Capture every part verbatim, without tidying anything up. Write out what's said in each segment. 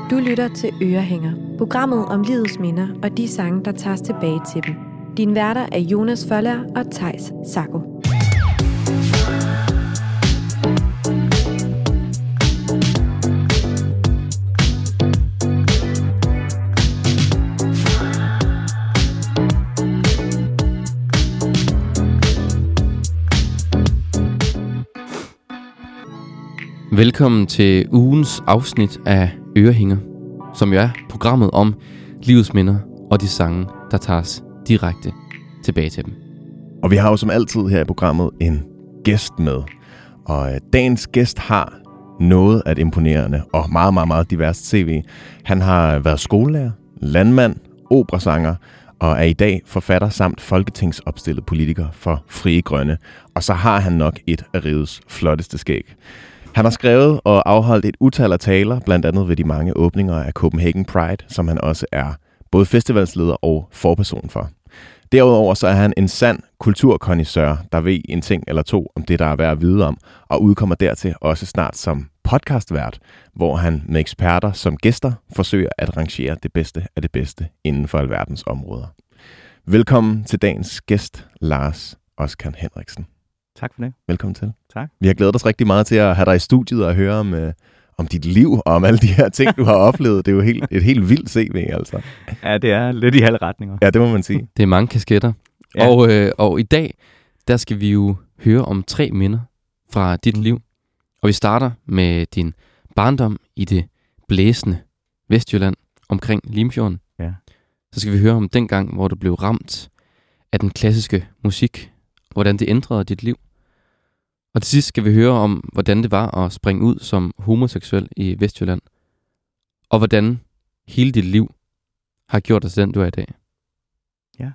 Du lytter til Ørehænger, programmet om livets minder og de sange, der tages tilbage til dem. Dine værter er Jonas Føller og Theis Sacco. Velkommen til ugens afsnit af Ørehænger, som jo er programmet om livets minder og de sange, der tages direkte tilbage til dem. Og vi har jo som altid her i programmet en gæst med. Og dagens gæst har noget af et imponerende og meget, meget, meget diverst C V. Han har været skolelærer, landmand, operasanger og er i dag forfatter samt folketingsopstillet politiker for Frie Grønne. Og så har han nok et af rigets flotteste skæg. Han har skrevet og afholdt et utal af taler, blandt andet ved de mange åbninger af Copenhagen Pride, som han også er både festivalsleder og forperson for. Derudover så er han en sand kulturkondisseur, der ved en ting eller to om det, der er værd at vide om, og udkommer dertil også snart som podcastvært, hvor han med eksperter som gæster forsøger at rangere det bedste af det bedste inden for alverdens områder. Velkommen til dagens gæst, Lars Oskan Henriksen. Tak for det. Velkommen til. Tak. Vi har glædet os rigtig meget til at have dig i studiet og høre om, øh, om dit liv og om alle de her ting, du har oplevet. Det er jo helt, et helt vildt C V, altså. Ja, det er lidt i alle retninger. Ja, det må man sige. Det er mange kasketter. Ja. Og, øh, og i dag, der skal vi jo høre om tre minder fra dit mm. liv. Og vi starter med din barndom i det blæsende Vestjylland omkring Limfjorden. Ja. Så skal vi høre om den gang, hvor du blev ramt af den klassiske musik, hvordan det ændrede dit liv. Og til sidst skal vi høre om, hvordan det var at springe ud som homoseksuel i Vestjylland. Og hvordan hele dit liv har gjort dig til den, du er i dag. Ja.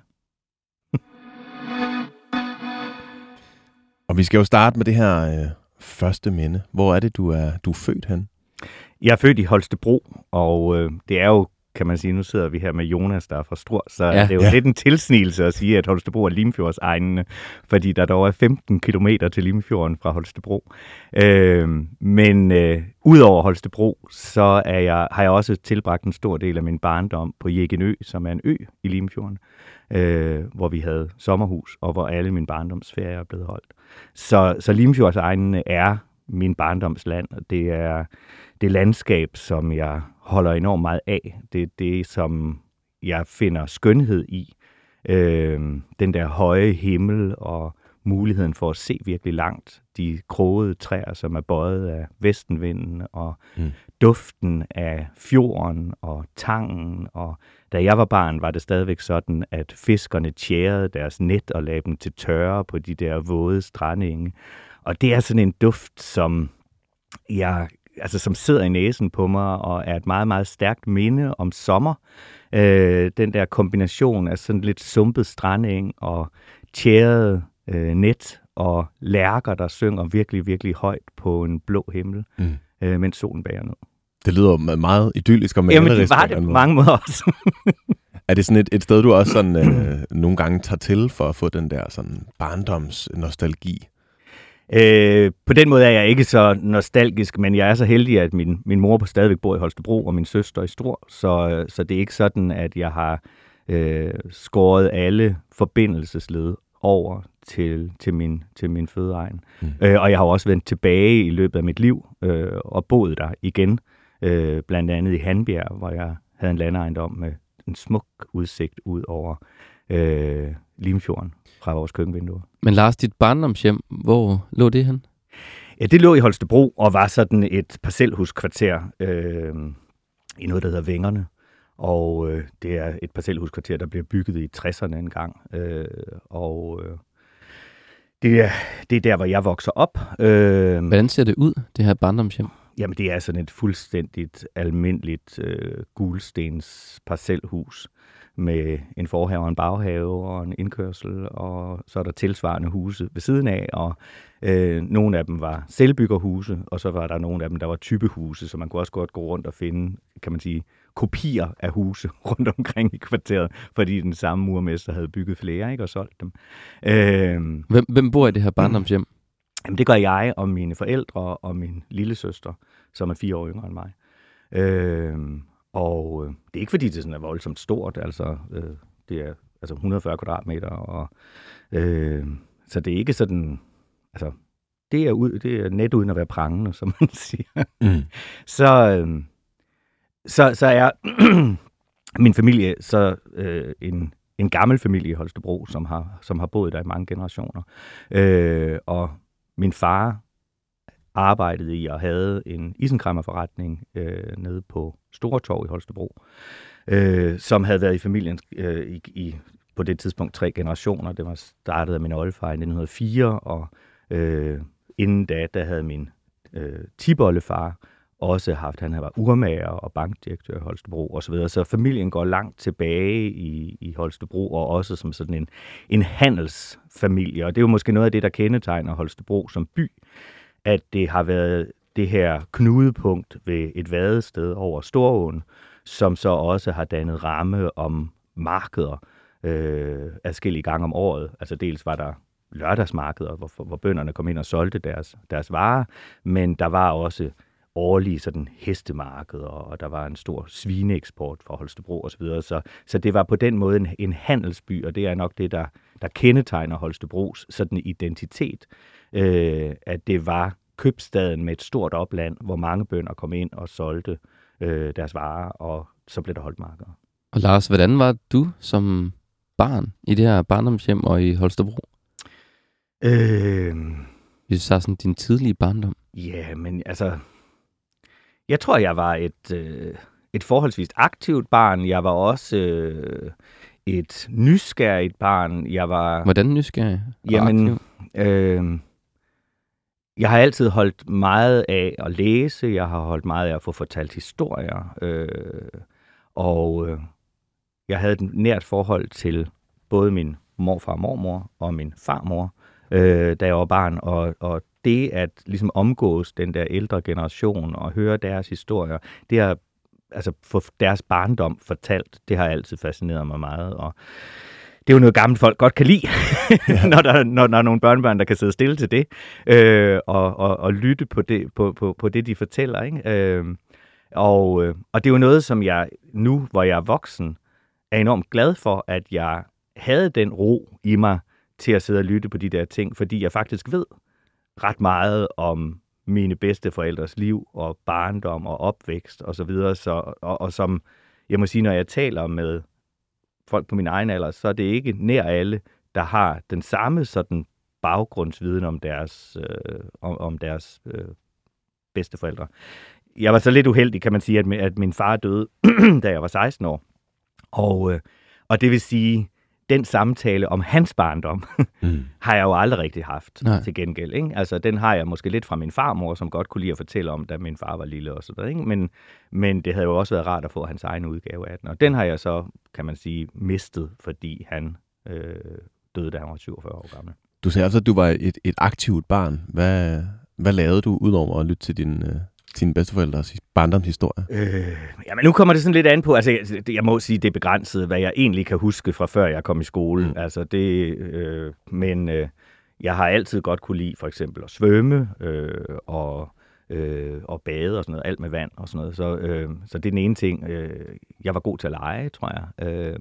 Og vi skal jo starte med det her øh, første minde. Hvor er det, du er, du er født hen? Jeg er født i Holstebro, og øh, det er jo, kan man sige, nu sidder vi her med Jonas, der er fra Struer, så ja, det er jo ja. lidt en tilsnigelse at sige, at Holstebro er Limfjordsegnene, fordi der dog er femten kilometer til Limfjorden fra Holstebro. Øh, men øh, udover Holstebro, så er jeg, har jeg også tilbragt en stor del af min barndom på Jægenø, som er en ø i Limfjorden, øh, hvor vi havde sommerhus, og hvor alle mine barndomsferier er blevet holdt. Så, så Limfjordsegnene er min barndomsland, og det er det landskab, som jeg holder enormt meget af. Det er det, som jeg finder skønhed i. Øh, den der høje himmel og muligheden for at se virkelig langt. De krogede træer, som er bøjet af vestenvinden, og mm. duften af fjorden og tangen. Og da jeg var barn, var det stadigvæk sådan, at fiskerne tjærede deres net og lagde dem til tørre på de der våde strandenge. Og det er sådan en duft, som jeg altså som sidder i næsen på mig, og er et meget, meget stærkt minde om sommer. Øh, den der kombination af sådan lidt sumpet strandeng og tjæret øh, net og lærker, der synger virkelig, virkelig højt på en blå himmel, mm. øh, mens solen bager ned. Det lyder meget idyllisk og malerisk. Jamen, det var det på mange måder også. Er det sådan et, et sted, du også sådan, øh, nogle gange tager til for at få den der sådan barndomsnostalgi? Øh, på den måde er jeg ikke så nostalgisk, men jeg er så heldig, at min, min mor stadigvæk bor i Holstebro, og min søster i Struer, så, så det er ikke sådan, at jeg har øh, skåret alle forbindelsesled over til, til, min, til min fødeegn. Mm. Øh, og jeg har også vendt tilbage i løbet af mit liv øh, og boet der igen, øh, blandt andet i Hanbjerg, hvor jeg havde en landejendom med en smuk udsigt ud over øh, Limfjorden fra vores køkkenvinduer. Men Lars, dit barndomshjem, hvor lå det hen? Ja, det lå i Holstebro og var sådan et parcelhuskvarter øh, i noget, der hedder Vingerne. Og øh, det er et parcelhuskvarter, der blev bygget i tresserne engang. Øh, og øh, det, er, det er der, hvor jeg vokser op. Øh, Hvordan ser det ud, det her barndomshjem? Jamen, det er sådan et fuldstændigt almindeligt øh, gulstens parcelhus med en forhave og en baghave og en indkørsel, og så er der tilsvarende huse ved siden af, og øh, nogle af dem var selvbyggerhuse, og så var der nogle af dem, der var typehuse, så man kunne også godt gå rundt og finde, kan man sige, kopier af huse rundt omkring i kvarteret, fordi den samme murmester havde bygget flere, ikke, og solgt dem. Øh, hvem, hvem bor i det her barndomshjem? Jamen, det gør jeg og mine forældre og min lillesøster, som er fire år yngre end mig. Øh, og øh, det er ikke fordi, det sådan er voldsomt stort. Altså, øh, det er altså et hundrede og fyrre kvadratmeter. Og, øh, så det er ikke sådan... Altså, det er, ud, det er net uden at være prangende, som man siger. Mm. Så, øh, så, så er min familie så øh, en, en gammel familie i Holstebro, som har, som har boet der i mange generationer. Øh, og min far arbejdede i og havde en isenkræmmerforretning øh, nede på Stortorv i Holstebro, øh, som havde været i familien øh, i, i, på det tidspunkt tre generationer. Det var startet af min oldefar i nitten hundrede og fire, og øh, inden da, der havde min øh, tipoldefar også haft, han var urmager og bankdirektør i Holstebro osv. Så, videre. Så familien går langt tilbage i, i Holstebro, og også som sådan en, en handelsfamilie. Og det er jo måske noget af det, der kendetegner Holstebro som by, at det har været det her knudepunkt ved et vadested over Storåen, som så også har dannet ramme om markeder øh, adskillige gange om året. Altså dels var der lørdagsmarkeder, hvor, hvor bønderne kom ind og solgte deres, deres varer, men der var også årlige sådan hestemarkeder, og der var en stor svineeksport fra Holstebro osv. Så, så, så det var på den måde en, en handelsby, og det er nok det, der, der kendetegner Holstebros sådan identitet, øh, at det var købstaden med et stort opland, hvor mange bønder kom ind og solgte øh, deres varer, og så blev der holdt markeder. Og Lars, hvordan var du som barn i det her barndomshjem og i Holstebro? Øh... Hvis du sagde sådan din tidlige barndom. Ja, men altså... Jeg tror, jeg var et, øh, et forholdsvis aktivt barn. Jeg var også øh, et nysgerrigt barn. Jeg var... Hvordan nysgerrig? Jamen, øh, jeg har altid holdt meget af at læse. Jeg har holdt meget af at få fortalt historier. Øh, og øh, jeg havde et nært forhold til både min morfar og mormor og min farmor, øh, da jeg var barn. Og, og det at ligesom omgås den der ældre generation og høre deres historier, det har altså få deres barndom fortalt, det har altid fascineret mig meget, og det er jo noget gammelt folk godt kan lide, ja. når, der, når der er nogle børnebørn, der kan sidde stille til det, øh, og, og, og lytte på det, på, på, på det, de fortæller, ikke? Øh, og, og det er jo noget, som jeg nu, hvor jeg er voksen, er enormt glad for, at jeg havde den ro i mig til at sidde og lytte på de der ting, fordi jeg faktisk ved ret meget om mine bedsteforældres liv og barndom og opvækst og så videre. Så, og, og som jeg må sige, når jeg taler med folk på min egen alder, så er det ikke nær alle, der har den samme sådan baggrundsviden om deres, øh, om, om deres øh, bedsteforældre. Jeg var så lidt uheldig, kan man sige, at min, at min far døde, da jeg var seksten år. Og, øh, og det vil sige, den samtale om hans barndom, mm. har jeg jo aldrig rigtig haft. Nej. Til gengæld. Ikke? Altså, den har jeg måske lidt fra min farmor, som godt kunne lide at fortælle om, da min far var lille og sådan noget. Ikke? Men, men det havde jo også været rart at få hans egen udgave af den. Og den har jeg så, kan man sige, mistet, fordi han øh, døde, da han var syvogfyrre år gammel. Du sagde altså, at du var et, et aktivt barn. Hvad, hvad lavede du, udover at lytte til din... Øh sine bedsteforældres barndomshistorie? Øh, jamen nu kommer det sådan lidt an på, altså jeg, jeg må sige, det er begrænset, hvad jeg egentlig kan huske fra før jeg kom i skole. Mm. Altså det, øh, men øh, jeg har altid godt kunne lide for eksempel at svømme øh, og, øh, og bade og sådan noget, alt med vand og sådan noget. Så, øh, så det er den ene ting. Øh, jeg var god til at lege, tror jeg, øh,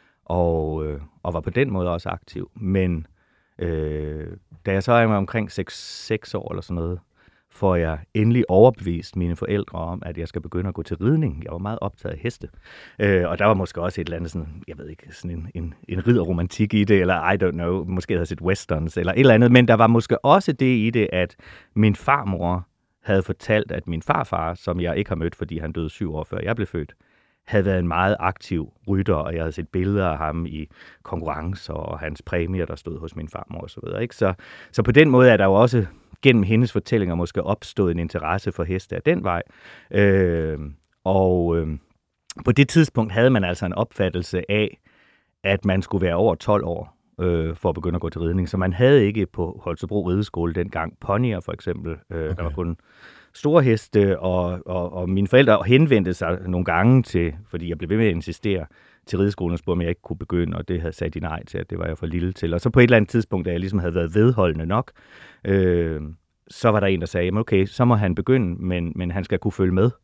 og, øh, og var på den måde også aktiv. Men øh, da jeg så er omkring seks år eller sådan noget, får jeg endelig overbevist mine forældre om, at jeg skal begynde at gå til ridning. Jeg var meget optaget af heste. Øh, og der var måske også et eller andet sådan, jeg ved ikke, sådan en, en, en ridderromantik i det, eller I don't know, måske havde jeg set westerns, eller et eller andet. Men der var måske også det i det, at min farmor havde fortalt, at min farfar, som jeg ikke har mødt, fordi han døde syv år før jeg blev født, havde været en meget aktiv rytter, og jeg havde set billeder af ham i konkurrencer, og hans præmier, der stod hos min farmor og så videre. Ikke? Så, så på den måde er der jo også gennem hendes fortællinger måske opstået en interesse for heste af den vej. Øh, og øh, på det tidspunkt havde man altså en opfattelse af, at man skulle være over tolv år øh, for at begynde at gå til ridning. Så man havde ikke på Holstebro Rideskole dengang ponyer for eksempel. Øh, okay. Der var kun store heste, og, og, og mine forældre henvendte sig nogle gange til, fordi jeg blev ved med at insistere, til rideskolen og spurgte, om jeg ikke kunne begynde, og det havde sagt de nej til, at det var jeg for lille til. Og så på et eller andet tidspunkt, da jeg ligesom havde været vedholdende nok, øh, så var der en, der sagde, jamen okay, så må han begynde, men, men han skal kunne følge med.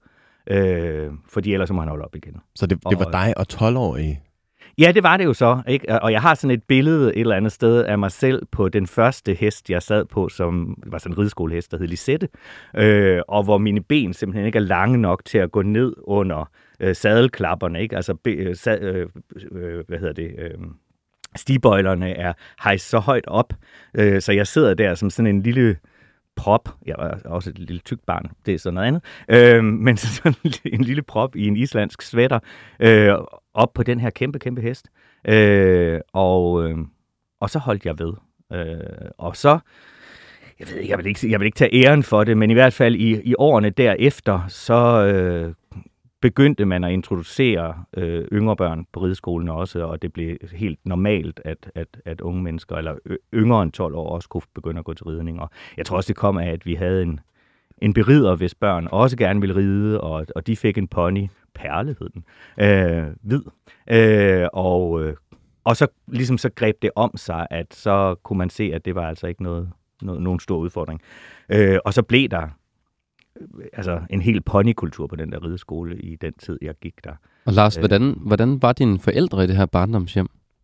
Øh, fordi ellers må han holde op igen. Så det, det var og, dig og tolv-årige? Ja, det var det jo så. Ikke? Og jeg har sådan et billede et eller andet sted af mig selv på den første hest, jeg sad på, som var sådan en rideskolehest, der hed Lisette. Øh, og hvor mine ben simpelthen ikke er lange nok til at gå ned under øh, sadelklapperne. Ikke? Altså, be, sad, øh, øh, hvad hedder det... Øh, stigbøjlerne er hejst så højt op, øh, så jeg sidder der som sådan en lille prop. Jeg var også et lille tykt barn, det er sådan noget andet. Øh, men sådan en lille prop i en islandsk sweater øh, op på den her kæmpe, kæmpe hest. Øh, og, øh, og så holdt jeg ved. Øh, og så, jeg ved jeg vil, ikke, jeg vil ikke tage æren for det, men i hvert fald i, i årene derefter, så... Øh, begyndte man at introducere øh, yngre børn på rideskolen også, og det blev helt normalt, at, at, at unge mennesker, eller yngre end tolv år, også kunne begynde at gå til ridning. Og jeg tror også, det kom af, at vi havde en, en berider, hvis børn også gerne ville ride, og, og de fik en pony, Perle hed den, øh, hvid. Øh, og, øh, og så ligesom så greb det om sig, at så kunne man se, at det var altså ikke noget, noget, nogen stor udfordring. Øh, og så blev der altså en hel ponykultur på den der rideskole i den tid, jeg gik der. Og Lars, øh, hvordan, hvordan var dine forældre i det her barndomshjem?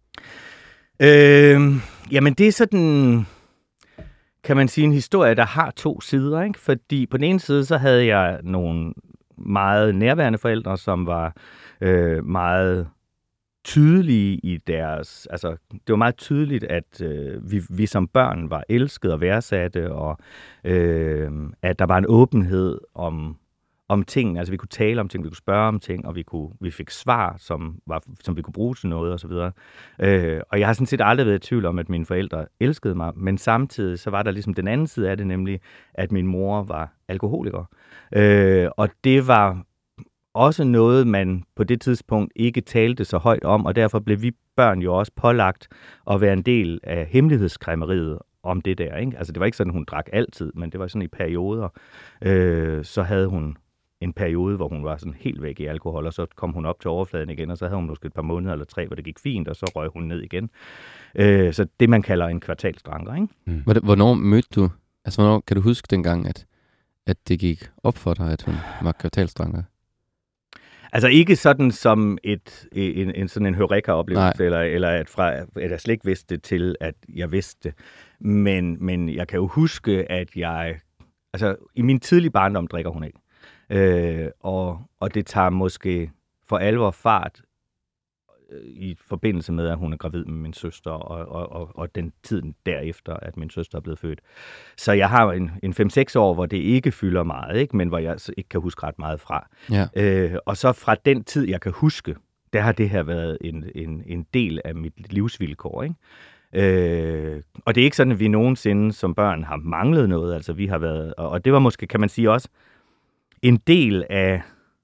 Øh, jamen det er sådan, kan man sige, en historie, der har to sider, ikke? Fordi på den ene side, så havde jeg nogle meget nærværende forældre, som var øh, meget tydelige i deres, altså det var meget tydeligt, at øh, vi, vi som børn var elsket og værdsatte, og øh, at der var en åbenhed om, om ting, altså vi kunne tale om ting, vi kunne spørge om ting, og vi, kunne, vi fik svar, som, var, som vi kunne bruge til noget, og så videre. Øh, og jeg har sådan set aldrig været i tvivl om, at mine forældre elskede mig, men samtidig så var der ligesom den anden side af det, nemlig at min mor var alkoholiker. Øh, og det var også noget, man på det tidspunkt ikke talte så højt om, og derfor blev vi børn jo også pålagt at være en del af hemmelighedskræmmeriet om det der. Ikke? Altså det var ikke sådan, hun drak altid, men det var sådan i perioder. Øh, så havde hun en periode, hvor hun var sådan helt væk i alkohol, og så kom hun op til overfladen igen, og så havde hun måske et par måneder eller tre, hvor det gik fint, og så røg hun ned igen. Øh, så det, man kalder en kvartalsdranker, ikke? Mm. Hvornår mødte du, altså hvornår kan du huske dengang, at, at det gik op for dig, at hun var kvartalsdranker? Altså ikke sådan som et, en, en, sådan en Heureka-oplevelse, eller, eller at, fra, at jeg slet ikke vidste det til, at jeg vidste det. Men, men jeg kan jo huske, at jeg... Altså, i min tidlige barndom drikker hun ikke. Øh, og, og det tager måske for alvor fart i forbindelse med, at hun er gravid med min søster, og, og, og, og den tiden derefter, at min søster er blevet født. Så jeg har en, en fem seks år, hvor det ikke fylder meget, ikke? Men hvor jeg ikke kan huske ret meget fra. Ja. Øh, og så fra den tid, jeg kan huske, der har det her været en, en, en del af mit livsvilkår, ikke? Øh, og det er ikke sådan, at vi nogensinde som børn har manglet noget. Altså vi har været, og, og det var måske, kan man sige også, en del af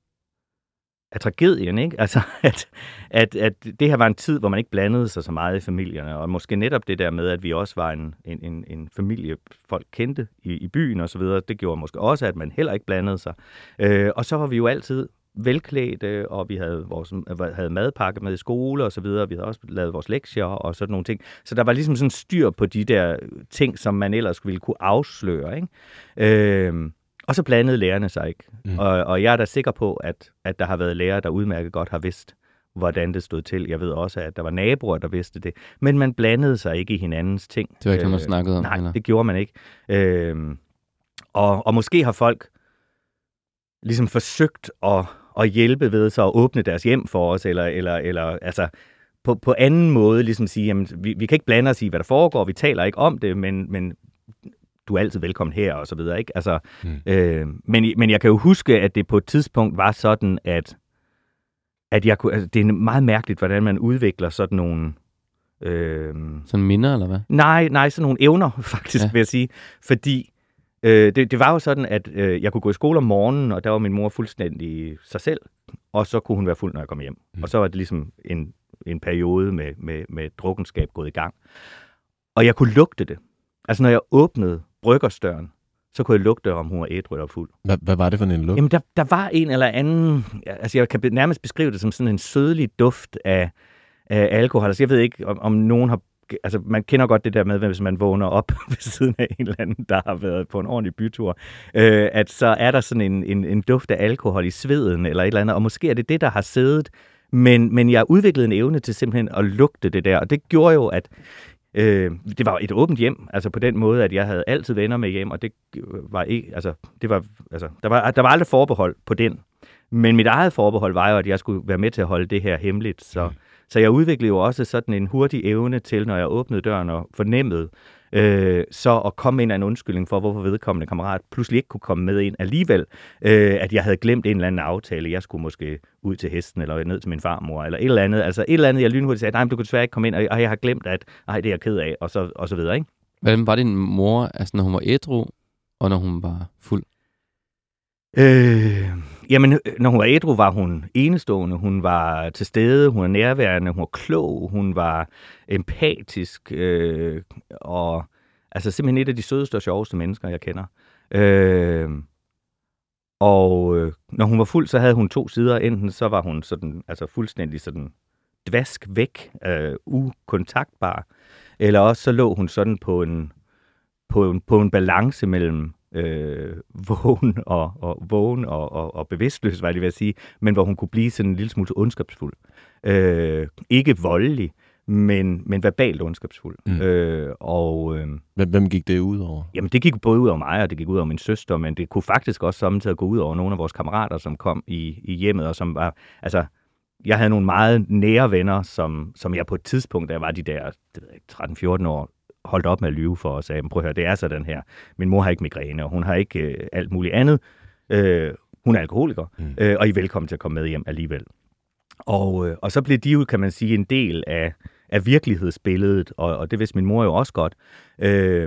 af tragedien, ikke? Altså, at, at, at det her var en tid, hvor man ikke blandede sig så meget i familierne, og måske netop det der med, at vi også var en, en, en, en familie, folk kendte i, i byen og så videre, det gjorde måske også, at man heller ikke blandede sig. Øh, og så var vi jo altid velklædte, og vi havde, vores, havde madpakke med i skole og så videre, vi havde også lavet vores lektier og sådan nogle ting. Så der var ligesom sådan styr på de der ting, som man ellers ville kunne afsløre, ikke? Øh, Og så blandede lærerne sig ikke. Mm. Og, og jeg er da sikker på, at, at der har været lærere, der udmærket godt har vidst, hvordan det stod til. Jeg ved også, at der var naboer, der vidste det. Men man blandede sig ikke i hinandens ting. Det var ikke noget, man snakkede om? Nej, eller? Det gjorde man ikke. Øh, og, og måske har folk ligesom forsøgt at, at hjælpe ved så at åbne deres hjem for os, eller, eller, eller altså på, på anden måde ligesom sige, jamen, vi, vi kan ikke blande os i, hvad der foregår, vi taler ikke om det, men... men du er altid velkommen her, og så videre, ikke? Altså, mm. øh, men, men jeg kan jo huske, at det på et tidspunkt var sådan, at, at jeg kunne, altså, det er meget mærkeligt, hvordan man udvikler sådan nogle... Øh, sådan minder, eller hvad? Nej, nej, sådan nogle evner, faktisk, ja. Vil jeg sige. Fordi øh, det, det var jo sådan, at øh, jeg kunne gå i skole om morgenen, og der var min mor fuldstændig sig selv, og så kunne hun være fuld, når jeg kom hjem. Mm. Og så var det ligesom en, en periode med, med, med drukkenskab gået i gang. Og jeg kunne lugte det. Altså, når jeg åbnede bryggersdøren, så kunne jeg lugte, om hun var ædru eller fuld. Hvad, hvad var det for en lugt? Jamen, der, der var en eller anden... Altså, jeg kan nærmest beskrive det som sådan en sødlig duft af, af alkohol. Altså, jeg ved ikke, om, om nogen har altså man kender godt det der med, hvis man vågner op ved siden af en eller anden, der har været på en ordentlig bytur, øh, at så er der sådan en, en, en duft af alkohol i sveden eller et eller andet, og måske er det det, der har siddet, men, men jeg udviklede en evne til simpelthen at lugte det der, og det gjorde jo, at øh, det var et åbent hjem, altså på den måde, at jeg havde altid venner med hjem, og det var ikke, altså, det var, altså, der var, der var aldrig forbehold på den. Men mit eget forbehold var jo, at jeg skulle være med til at holde det her hemmeligt. Så, mm. så jeg udviklede jo også sådan en hurtig evne til, når jeg åbnede døren og fornemmede, øh, så at komme ind af en undskyldning for, hvorfor vedkommende kammerat pludselig ikke kunne komme med ind alligevel. Øh, at jeg havde glemt en eller anden aftale. Jeg skulle måske ud til hesten, eller ned til min farmor, eller et eller andet. Altså et eller andet, jeg lynhurtigt sagde, nej, men du kunne desværre ikke komme ind, og jeg har glemt, at ej, det er jeg ked af, og så, og så videre, ikke? Hvordan var din mor, altså når hun var ædru, og når hun var fuld? Øh, jamen, når hun var ædru, var hun enestående, hun var til stede, hun var nærværende, hun var klog, hun var empatisk, øh, og altså simpelthen et af de sødeste og sjoveste mennesker, jeg kender. Øh, og øh, når hun var fuld, så havde hun to sider. Enten så var hun sådan, altså fuldstændig sådan dvask væk, øh, ukontaktbar, eller også så lå hun sådan på en, på en, på en balance mellem Øh, vågen og, og vågen og, og, og bevidstløs, var jeg lige ved at sige, men hvor hun kunne blive sådan en lille smule ondskabsfuld. Øh, ikke voldelig, men, men verbalt ondskabsfuld. Mm. Øh, og, øh, hvem, hvem gik det ud over? Jamen, det gik både ud over mig, og det gik ud over min søster, men det kunne faktisk også samtidig gå ud over nogle af vores kammerater, som kom i, i hjemmet, og som var, altså, jeg havde nogle meget nære venner, som, som jeg på et tidspunkt, da jeg var de der tretten fjorten år, holdt op med at lyve for os, og sagde, prøv at høre, det er sådan her. Min mor har ikke migræne, og hun har ikke øh, alt muligt andet. Øh, hun er alkoholiker, mm. øh, og I er velkommen til at komme med hjem alligevel. Og, øh, og så blev de jo, kan man sige, en del af, af virkelighedsbilledet, og, og det vidste min mor jo også godt. Øh,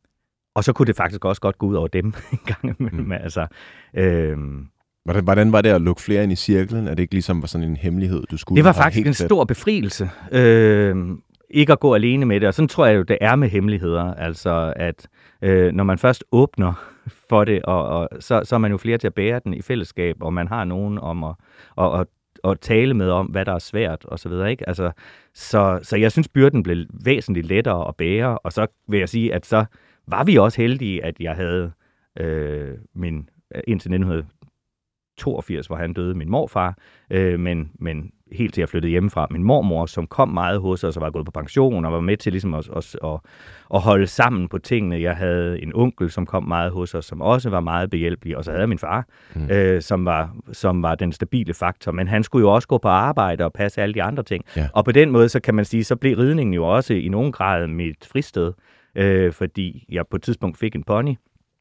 og så kunne det faktisk også godt gå ud over dem en gang imellem. Mm. Altså, øh, hvordan, hvordan var det at lukke flere ind i cirklen? Er det ikke ligesom var sådan en hemmelighed, du skulle? Det var faktisk en stor befrielse. Øh, Ikke at gå alene med det, og sådan tror jeg jo, det er med hemmeligheder. Altså, at øh, når man først åbner for det, og, og så, så er man jo flere til at bære den i fællesskab, og man har nogen om at, og, og, og tale med om, hvad der er svært, og så videre, ikke? Altså, så, så jeg synes, byrden blev væsentligt lettere at bære, og så vil jeg sige, at så var vi også heldige, at jeg havde øh, min, indtil nitten toogfirs, hvor han døde, min morfar, øh, men, men helt til jeg flyttede hjemmefra. Min mormor, som kom meget hos os og var gået på pension og var med til ligesom at, at, at, at holde sammen på tingene. Jeg havde en onkel, som kom meget hos os, som også var meget behjælpelig, og så havde jeg min far, mm. øh, som, var, som var den stabile faktor. Men han skulle jo også gå på arbejde og passe alle de andre ting. Ja. Og på den måde, så kan man sige, så blev ridningen jo også i nogen grad mit fristed, øh, fordi jeg på et tidspunkt fik en pony,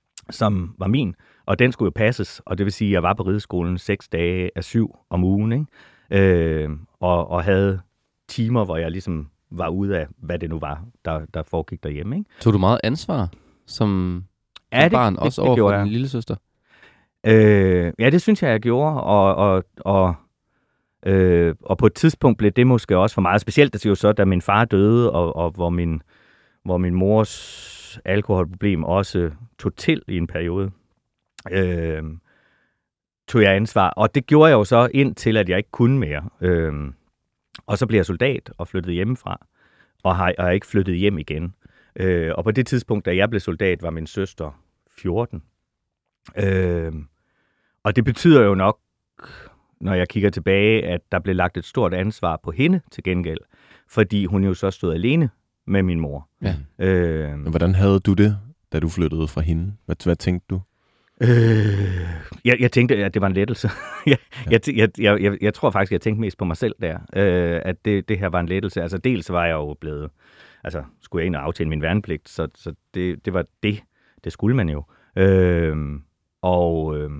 som var min, og den skulle jo passes, og det vil sige, at jeg var på rideskolen seks dage af syv om ugen, ikke? Øh, og, og havde timer, hvor jeg ligesom var ude af, hvad det nu var, der, der foregik derhjemme, ikke? Tog du meget ansvar som, ja, som det, barn, det, også det, det over for din lille søster? Øh, ja, det synes jeg, jeg gjorde, og, og, og, øh, og på et tidspunkt blev det måske også for meget, specielt det jo så, da min far døde, og, og hvor, min, hvor min mors alkoholproblem også tog til i en periode. Øh, tog jeg ansvar, og det gjorde jeg jo så indtil, at jeg ikke kunne mere. Øhm, og så blev jeg soldat og flyttede hjemmefra, og har, og har ikke flyttet hjem igen. Øh, og på det tidspunkt, da jeg blev soldat, var min søster fjorten. Øhm, og det betyder jo nok, når jeg kigger tilbage, at der blev lagt et stort ansvar på hende til gengæld, fordi hun jo så stod alene med min mor. Ja. Øhm, Men hvordan havde du det, da du flyttede fra hende? Hvad, hvad tænkte du? Øh, jeg, jeg tænkte, at det var en lettelse. jeg, ja. jeg, jeg, jeg, jeg, jeg tror faktisk, jeg tænkte mest på mig selv der, øh, at det, det her var en lettelse. Altså dels var jeg jo blevet, altså skulle jeg ind og aftjene min værnepligt, så, så det, det var det. Det skulle man jo. Øh, og, øh,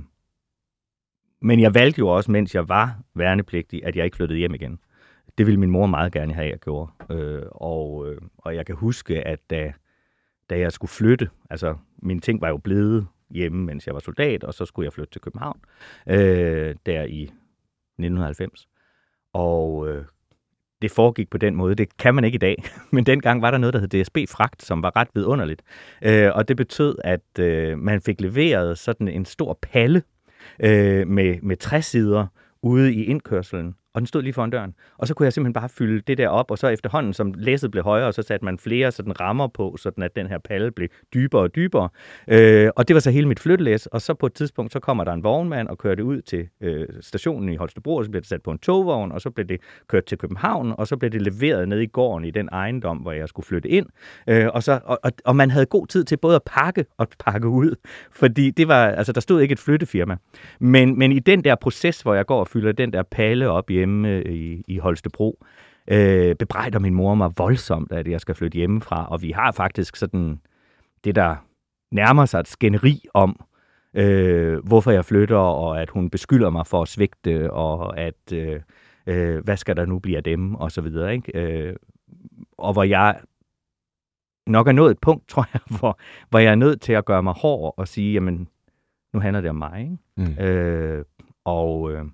men jeg valgte jo også, mens jeg var værnepligtig, at jeg ikke flyttede hjem igen. Det ville min mor meget gerne have, at jeg gjorde. Øh, og, øh, og jeg kan huske, at da, da jeg skulle flytte, altså mine ting var jo blevet hjemme, mens jeg var soldat, og så skulle jeg flytte til København, øh, der i nitten halvfems. Og øh, det foregik på den måde. Det kan man ikke i dag, men dengang var der noget, der hed D S B Fragt, som var ret vidunderligt. Øh, og det betød, at øh, man fik leveret sådan en stor palle øh, med, med træsider ude i indkørselen, og den stod lige foran døren. Og så kunne jeg simpelthen bare fylde det der op, og så efterhånden, som læsset blev højere, så satte man flere sådan rammer på, sådan at den her palle blev dybere og dybere. Øh, og det var så hele mit flyttelæs, og så på et tidspunkt, så kommer der en vognmand og kører det ud til øh, stationen i Holstebro, og så bliver det sat på en togvogn, og så blev det kørt til København, og så blev det leveret ned i gården i den ejendom, hvor jeg skulle flytte ind. Øh, og, så, og, og, og man havde god tid til både at pakke og pakke ud, fordi det var, altså der stod ikke et flyttefirma. Men, men i den der proces, hvor jeg går og fylder den der palle op hjemme i, i Holstebro, øh, bebrejder min mor mig voldsomt, at jeg skal flytte hjemmefra, og vi har faktisk sådan det, der nærmer sig et skænderi om, øh, hvorfor jeg flytter, og at hun beskylder mig for at svigte, og at øh, øh, hvad skal der nu blive af dem, og så videre, ikke? Øh, og hvor jeg nok er nået et punkt, tror jeg, hvor, hvor jeg er nødt til at gøre mig hård og sige, jamen, nu handler det om mig, ikke? Mm. Øh, og øh,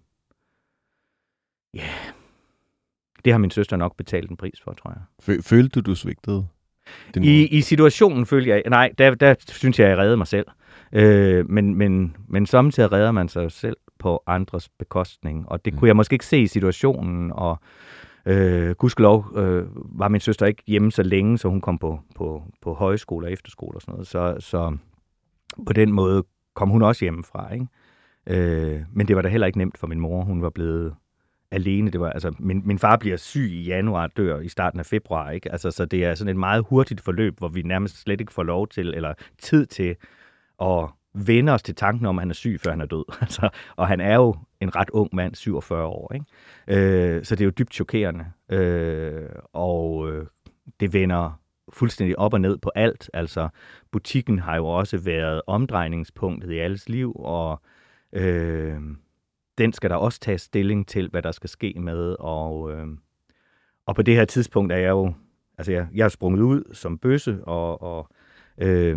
ja, yeah. Det har min søster nok betalt en pris for, tror jeg. Følte du, du svigtede? I, I situationen følte jeg, nej, der, der synes jeg, jeg reddede mig selv. Øh, men, men, men samtidig redder man sig selv på andres bekostning, og det mm. kunne jeg måske ikke se i situationen, og øh, gudskelov øh, var min søster ikke hjemme så længe, så hun kom på, på, på højskole og efterskole og sådan noget, så, så på den måde kom hun også hjemmefra, ikke? Øh, men det var da heller ikke nemt for min mor, hun var blevet alene. Det var, altså, min, min far bliver syg i januar, dør i starten af februar, ikke? Altså, så det er sådan et meget hurtigt forløb, hvor vi nærmest slet ikke får lov til, eller tid til at vende os til tanken om, at han er syg, før han er død. Altså, og han er jo en ret ung mand, syvogfyrre år, ikke? Øh, så det er jo dybt chokerende. Øh, og øh, det vender fuldstændig op og ned på alt. Altså, butikken har jo også været omdrejningspunktet i alles liv, og øh, den skal der også tage stilling til, hvad der skal ske med. Og, øh, og på det her tidspunkt er jeg jo, altså jeg, jeg er sprunget ud som bøsse, og, og, øh,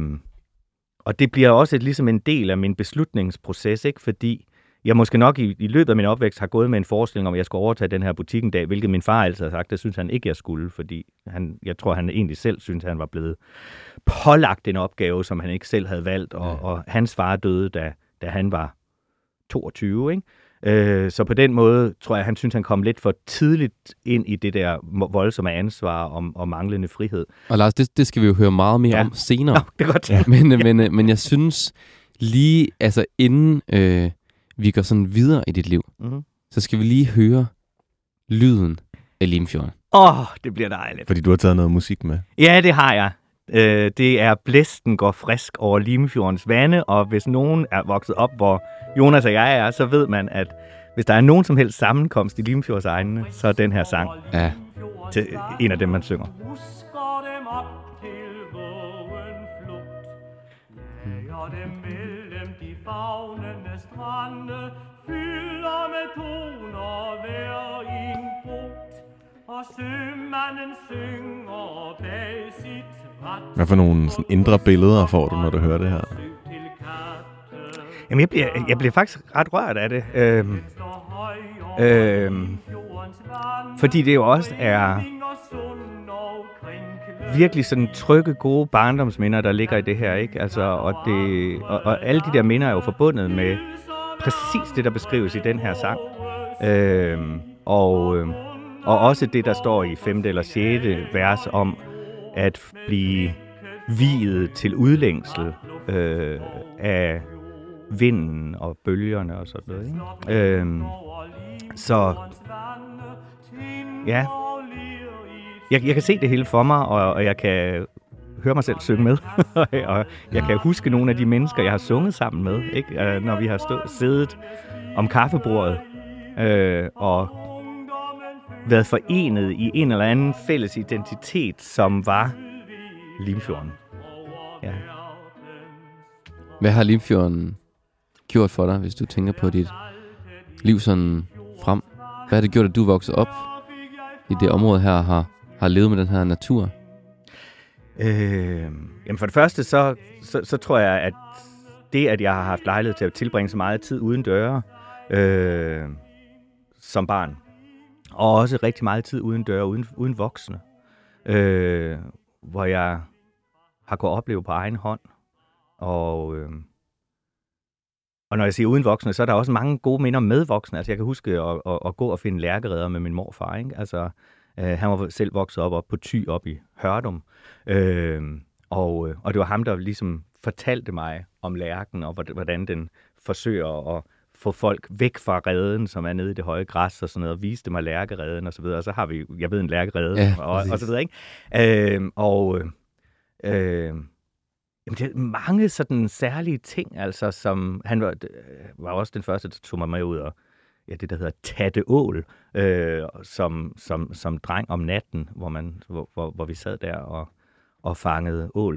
og det bliver også et, ligesom en del af min beslutningsproces, ikke? Fordi jeg måske nok i, i løbet af min opvækst har gået med en forestilling om, at jeg skulle overtage den her butik en dag, hvilket min far altid har sagt, det synes han ikke, jeg skulle, fordi han, jeg tror, han egentlig selv synes, at han var blevet pålagt en opgave, som han ikke selv havde valgt, og, ja. og hans far døde, da, da han var toogtyve, ikke? Øh, så på den måde tror jeg, han synes, han kom lidt for tidligt ind i det der voldsomme ansvar om, og manglende frihed. Og Lars, det, det skal vi jo høre meget mere ja. om senere. Nå, det er godt. Ja. Men, ja. men, men jeg synes lige, altså inden øh, vi går sådan videre i dit liv, mm-hmm. så skal vi lige høre lyden af Limfjorden. Åh, oh, det bliver dejligt. Fordi du har taget noget musik med. Ja, det har jeg. Øh, det er Blæsten går frisk over Limfjordens vande, og hvis nogen er vokset op, hvor Jonas og jeg er, så ved man, at hvis der er nogen som helst sammenkomst i Limfjords egne, så er den her sang ja. til en af dem, man synger. Og sømanden synger bag sit ret. Hvad for nogle sådan indre billeder får du, når du hører det her? Jamen, jeg bliver, jeg bliver faktisk ret rørt af det. Øhm, øhm, fordi det jo også er virkelig sådan trygge, gode barndomsminder, der ligger i det her, ikke? Altså, og, det, og, og alle de der minder er jo forbundet med præcis det, der beskrives i den her sang. Øhm, og... Øhm, Og også det, der står i femte eller sjette vers om at blive viet til udlængsel øh, af vinden og bølgerne og sådan noget, ikke? Øh, så ja, jeg, jeg kan se det hele for mig, og, og jeg kan høre mig selv synge med. Og jeg kan huske nogle af de mennesker, jeg har sunget sammen med, ikke? Når vi har stået, siddet om kaffebordet øh, og været forenet i en eller anden fælles identitet, som var Limfjorden. Ja. Hvad har Limfjorden gjort for dig, hvis du tænker på dit liv sådan frem? Hvad har det gjort, at du voksede op i det område her og har, har levet med den her natur? Øh, jamen for det første, så, så, så tror jeg, at det, at jeg har haft lejlighed til at tilbringe så meget tid uden døre øh, som barn, og også rigtig meget tid uden døre, uden, uden voksne, øh, hvor jeg har kunnet opleve på egen hånd. Og, øh, og når jeg siger uden voksne, så er der også mange gode minder med voksne. Altså jeg kan huske at, at, at gå og finde lærkereder med min morfar, ikke? Altså øh, han var selv vokset op, op på Thy op i Hørdum. Øh, og, og det var ham, der ligesom fortalte mig om lærken, og hvordan den forsøger at få folk væk fra reden, som er nede i det høje græs og sådan noget, og viste mig lærkereden og så videre. Og så har vi, jeg ved, en lærkerede, ja, og, og så videre, ikke? Øh, og øh, jamen, det er mange sådan særlige ting, altså, som han var, var også den første, der tog mig med ud og ja, det der hedder tatteål, øh, som, som, som dreng om natten, hvor, man, hvor, hvor, hvor vi sad der og, og fangede ål.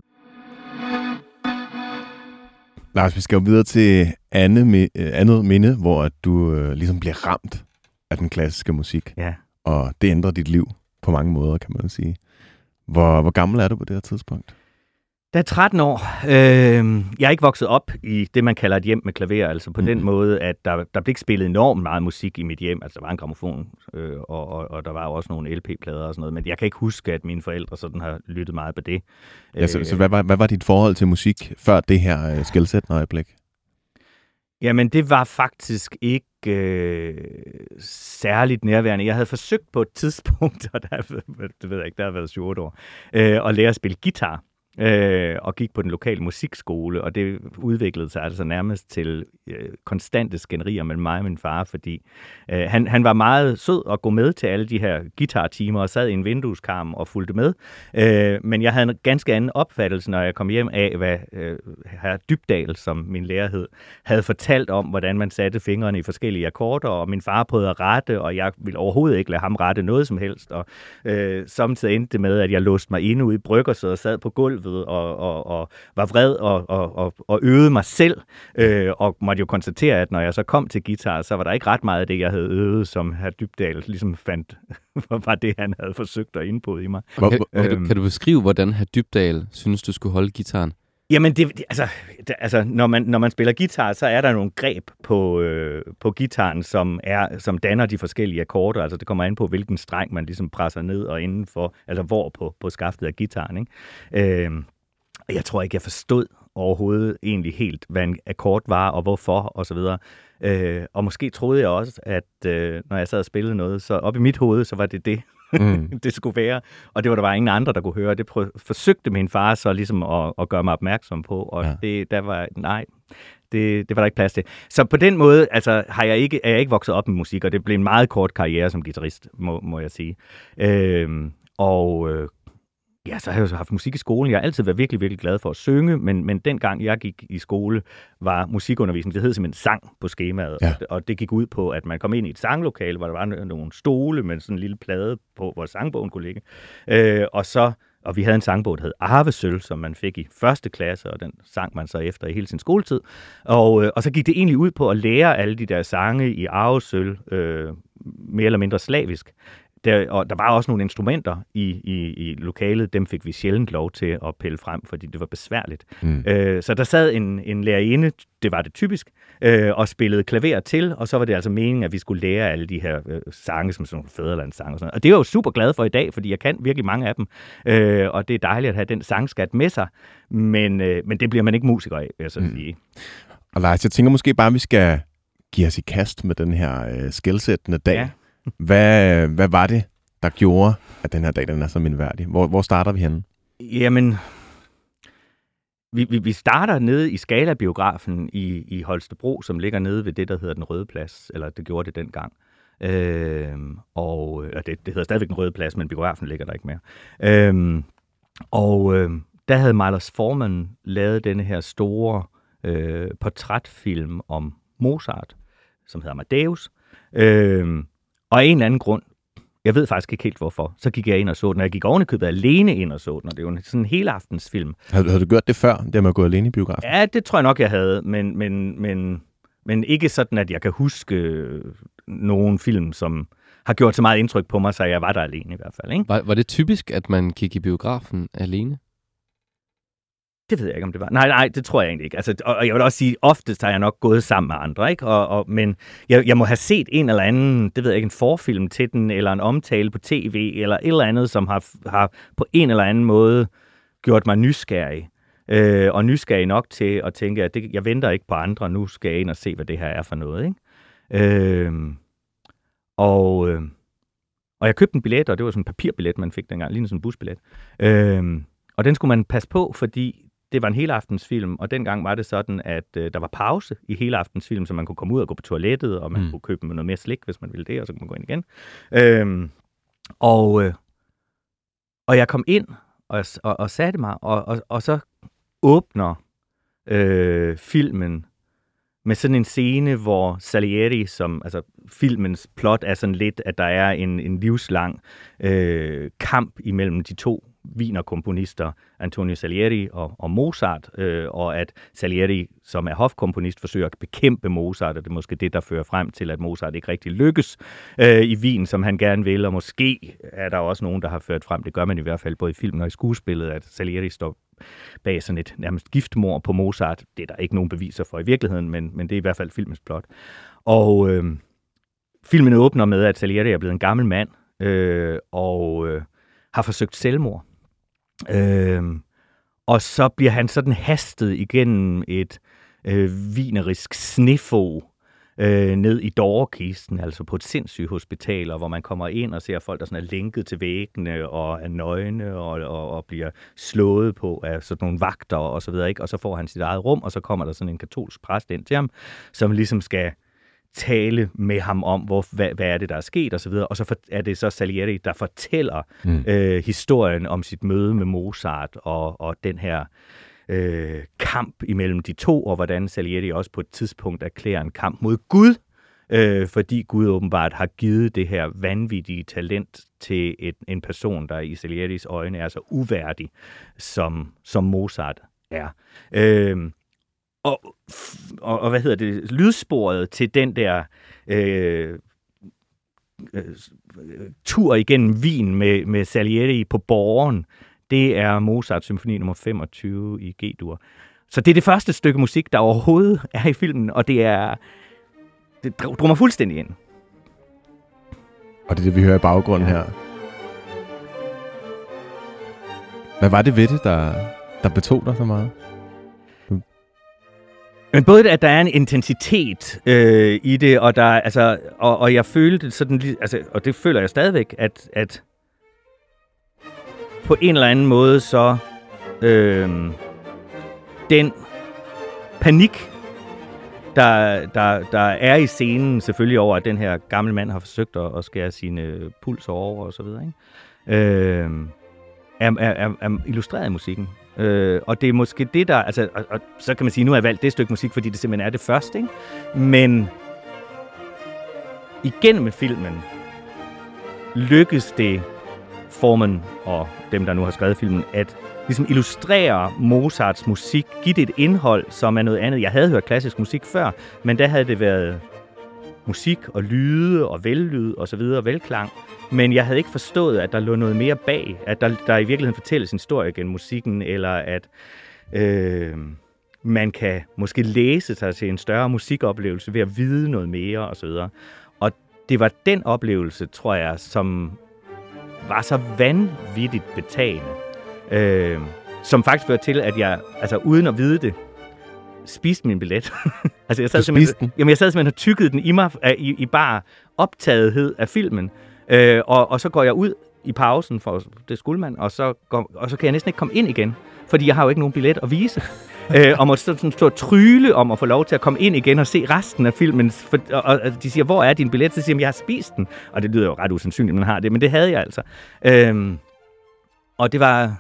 Lars, vi skal jo videre til andet, andet minde, hvor du øh, ligesom bliver ramt af den klassiske musik. Ja. Og det ændrer dit liv på mange måder, kan man sige. Hvor, hvor gammel er du på det her tidspunkt? Jeg er tretten år. Øh, jeg er ikke vokset op i det, man kalder et hjem med klaver, altså på mm. den måde, at der, der blev ikke spillet enormt meget musik i mit hjem. Altså, der var en grammofon, øh, og, og, og der var også nogle L P-plader og sådan noget, men jeg kan ikke huske, at mine forældre sådan har lyttet meget på det. Ja, så, øh, så hvad, var, hvad var dit forhold til musik før det her øh, skelsættende øjeblik? Jamen, det var faktisk ikke øh, særligt nærværende. Jeg havde forsøgt på et tidspunkt, og der, det ved jeg ikke, der har været syv otte år, øh, at lære at spille guitar. Øh, og gik på den lokale musikskole, og det udviklede sig altså nærmest til øh, konstante skænderier mellem mig og min far, fordi øh, han, han var meget sød at gå med til alle de her guitartimer og sad i en vindueskarm og fulgte med. Øh, men jeg havde en ganske anden opfattelse, når jeg kom hjem af, hvad øh, herr Dybdahl, som min lærer hed, havde fortalt om, hvordan man satte fingrene i forskellige akkorder, og min far prøvede at rette, og jeg ville overhovedet ikke lade ham rette noget som helst. Og øh, samtidig endte det med, at jeg låste mig inde ude i bryggerset og sad på gulvet Og, og, og var vred og, og, og, og øvede mig selv, øh, og måtte jo konstatere, at når jeg så kom til guitar, så var der ikke ret meget af det, jeg havde øvet, som hr. Dybdahl ligesom fandt, var det, han havde forsøgt at indbode i mig. Kan, kan, du, kan du beskrive, hvordan hr. Dybdahl synes, du skulle holde guitaren? Jamen, det, altså, det, altså når, man, når man spiller guitar, så er der nogle greb på, øh, på guitaren, som, er, som danner de forskellige akkorder. Altså, det kommer an på, hvilken streng man ligesom presser ned og indenfor, altså hvor på, på skaftet af guitaren, ikke? Øh, jeg tror ikke, jeg forstod overhovedet egentlig helt, hvad en akkord var, og hvorfor, og så videre. Øh, og måske troede jeg også, at øh, når jeg sad og spillede noget, så op i mit hoved, så var det det, mm. det skulle være. Og det var der bare ingen andre, der kunne høre. Det prøv, forsøgte min far så ligesom at, at gøre mig opmærksom på, og ja. det, der var, nej, det, det var der ikke plads til. Så på den måde, altså, har jeg ikke, er jeg ikke vokset op med musik, og det blev en meget kort karriere som guitarist, må, må jeg sige. Øh, og øh, Ja, så har jeg jo haft musik i skolen. Jeg har altid været virkelig, virkelig glad for at synge, men, men dengang jeg gik i skole, var musikundervisning, det hed simpelthen sang på skemaet. Ja. Og det gik ud på, at man kom ind i et sanglokale, hvor der var nogle stole med sådan en lille plade på, hvor sangbogen kunne ligge. Øh, og så Og vi havde en sangbog, der hed Arvesølv, som man fik i første klasse, og den sang man så efter i hele sin skoletid. Og, øh, og så gik det egentlig ud på at lære alle de der sange i Arvesølv, øh, mere eller mindre slavisk. Der, og der var også nogle instrumenter i, i, i lokalet, dem fik vi sjældent lov til at pille frem, fordi det var besværligt. Mm. Øh, så der sad en, en lærerinde, det var det typisk, øh, og spillede klaver til, og så var det altså meningen, at vi skulle lære alle de her øh, sange, som sådan fædrelandssange og sådan noget. Og det er jeg jo super glad for i dag, fordi jeg kan virkelig mange af dem, øh, og det er dejligt at have den sangskat med sig, men, øh, men det bliver man ikke musiker af, vil jeg så mm. sige. Og Lars, jeg tænker måske bare, at vi skal give os i kast med den her øh, skelsættende dag. Ja. Hvad, hvad var det, der gjorde, at den her dag den er så mindværdig? Hvor, hvor starter vi henne? Jamen, vi, vi, vi starter nede i Scala-biografen i, i Holstebro, som ligger nede ved det, der hedder Den Røde Plads, eller det gjorde det dengang. Øh, og det, det hedder stadigvæk Den Røde Plads, men biografen ligger der ikke mere. Øh, og øh, der havde Milos Forman lavet denne her store øh, portrætfilm om Mozart, som hedder Amadeus. Øh, Og af en eller anden grund, jeg ved faktisk ikke helt hvorfor, så gik jeg ind og så den. Og jeg gik ovenikøbet alene ind og så den, og det er jo sådan en helaftensfilm. Havde, havde du gjort det før, det med at gå alene i biografen? Ja, det tror jeg nok, jeg havde, men, men, men, men ikke sådan, at jeg kan huske nogen film, som har gjort så meget indtryk på mig, så jeg var der alene i hvert fald. Ikke? Var, var det typisk, at man gik i biografen alene? Det ved jeg ikke, om det var. Nej, nej, det tror jeg egentlig ikke. Altså, og jeg vil også sige, oftest har jeg nok gået sammen med andre, ikke? Og, og, men jeg, jeg må have set en eller anden, det ved jeg ikke, en forfilm til den, eller en omtale på tv, eller et eller andet, som har, har på en eller anden måde gjort mig nysgerrig. øh, og nysgerrig nok til at tænke, at det, jeg venter ikke på andre, nu skal jeg ind og se, hvad det her er for noget. Ikke? Øh, og, øh, og jeg købte en billet, og det var sådan en papirbillet, man fik dengang, lige sådan en busbillet. Øh, og den skulle man passe på, fordi det var en helaftensfilm, og dengang var det sådan, at øh, der var pause i helaftensfilm, så man kunne komme ud og gå på toilettet, og man mm. kunne købe noget mere slik, hvis man ville det, og så kunne man gå ind igen. Øh, og, øh, og jeg kom ind, og, og, og satte mig, og, og, og så åbner øh, filmen med sådan en scene, hvor Salieri, som, altså filmens plot er sådan lidt, at der er en, en livslang øh, kamp imellem de to wienerkomponister, Antonio Salieri og, og Mozart, øh, og at Salieri, som er hofkomponist, forsøger at bekæmpe Mozart, og det er måske det, der fører frem til, at Mozart ikke rigtig lykkes øh, i Wien, som han gerne vil, og måske er der også nogen, der har ført frem, det gør man i hvert fald både i filmen og i skuespillet, at Salieri står bag sådan et nærmest giftmord på Mozart. Det er der ikke nogen beviser for i virkeligheden, men, men det er i hvert fald filmens plot. Og øh, filmen åbner med, at Salieri er blevet en gammel mand, øh, og øh, har forsøgt selvmord. Øh, og så bliver han sådan hastet igennem et øh, wienerisk snefog øh, ned i dårekisten, altså på et sindssygehospital, hvor man kommer ind og ser folk, der sådan er lænket til væggene og er nøgne og, og, og bliver slået på af sådan nogle vagter og så videre, ikke? Og så får han sit eget rum, og så kommer der sådan en katolsk præst ind til ham, som ligesom skal tale med ham om, hvor, hvad, hvad er det, der er sket, og så videre. Og så for, er det så Salieri, der fortæller mm. øh, historien om sit møde med Mozart, og, og den her øh, kamp imellem de to, og hvordan Salieri også på et tidspunkt erklærer en kamp mod Gud, øh, fordi Gud åbenbart har givet det her vanvittige talent til et, en person, der i Salieris øjne er så uværdig, som, som Mozart er. Øh, Og, og, og hvad hedder det, lydsporet til den der øh, øh, tur igennem Wien med, med Salieri på Borgen, det er Mozarts symfoni nummer femogtyve i G-dur. Så det er det første stykke musik, der overhovedet er i filmen, og det er det drømmer fuldstændig ind. Og det er det, vi hører i baggrunden her. Hvad var det ved det, der, der betog dig så meget? Men både at der er en intensitet øh, i det, og der altså og, og jeg følte sådan, altså, og det føler jeg stadigvæk, at at på en eller anden måde så øh, den panik der der der er i scenen, selvfølgelig over at den her gamle mand har forsøgt at, at skære sine pulser over og så videre, ikke? Øh, er, er, er illustreret i musikken. Øh, og det er måske det, der... Altså, og, og så kan man sige, nu har jeg valgt det stykke musik, fordi det simpelthen er det første, ikke? Men igennem filmen lykkes det Forman og dem, der nu har skrevet filmen, at ligesom illustrere Mozarts musik, give det et indhold, som er noget andet. Jeg havde hørt klassisk musik før, men der havde det været musik og lyde og vellyd og så videre, velklang. Men jeg havde ikke forstået, at der lå noget mere bag, at der, der i virkeligheden fortælles en historie gennem musikken, eller at øh, man kan måske læse sig til en større musikoplevelse ved at vide noget mere og så videre. Og det var den oplevelse, tror jeg, som var så vanvittigt betagende, øh, som faktisk førte til, at jeg, altså uden at vide det, spiste min billet. altså jeg sad simpelthen, jamen jeg sad simpelthen og tykkede den i mig i, i bare optagethed af filmen. Øh, og, og så går jeg ud i pausen, for det skulle man, og så, går, og så kan jeg næsten ikke komme ind igen, fordi jeg har jo ikke nogen billet at vise. øh, og måtte sådan stå og trygle om at få lov til at komme ind igen og se resten af filmen. For, og, og de siger, hvor er din billet? Så siger jeg, jeg har spist den. Og det lyder jo ret usandsynligt, man har det, men det havde jeg altså. Øh, og det var...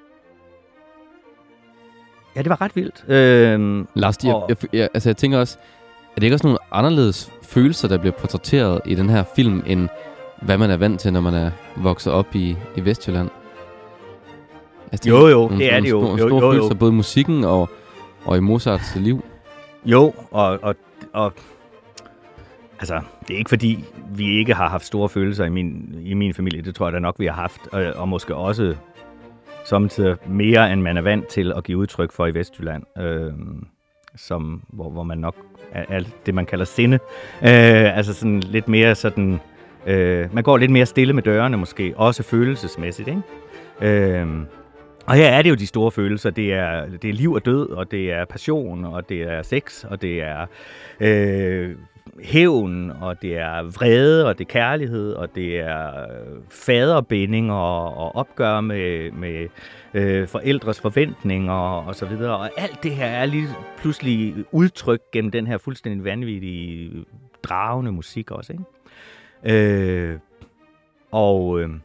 Ja, det var ret vildt. Øh, Lars, jeg, og... jeg, jeg, altså jeg tænker også, er det ikke også nogle anderledes følelser, der bliver portrætteret i den her film, end hvad man er vant til, når man er vokset op i, i Vestjylland? Altså, jo, jo, nogle, det er det jo. Nogle jo, store jo, jo. følelser, både i musikken og, og i Mozarts liv. Jo, og, og, og altså, det er ikke fordi, vi ikke har haft store følelser i min, i min familie. Det tror jeg da nok, vi har haft. Og, og måske også samtidig mere, end man er vant til at give udtryk for i Vestjylland. Øh, som, hvor, hvor man nok er, er det, man kalder sinde. Øh, altså sådan lidt mere sådan... Øh, man går lidt mere stille med dørene måske, også følelsesmæssigt, ikke? Øh, Og her er det jo de store følelser. Det er, det er liv og død, og det er passion, og det er sex, og det er øh, hævn, og det er vrede, og det er kærlighed, og det er faderbinding og, og opgør med, med øh, forældres forventninger og så videre. Og alt det her er lige pludselig udtrykt gennem den her fuldstændig vanvittige, dragende musik også, ikke? Øh, og... Øh,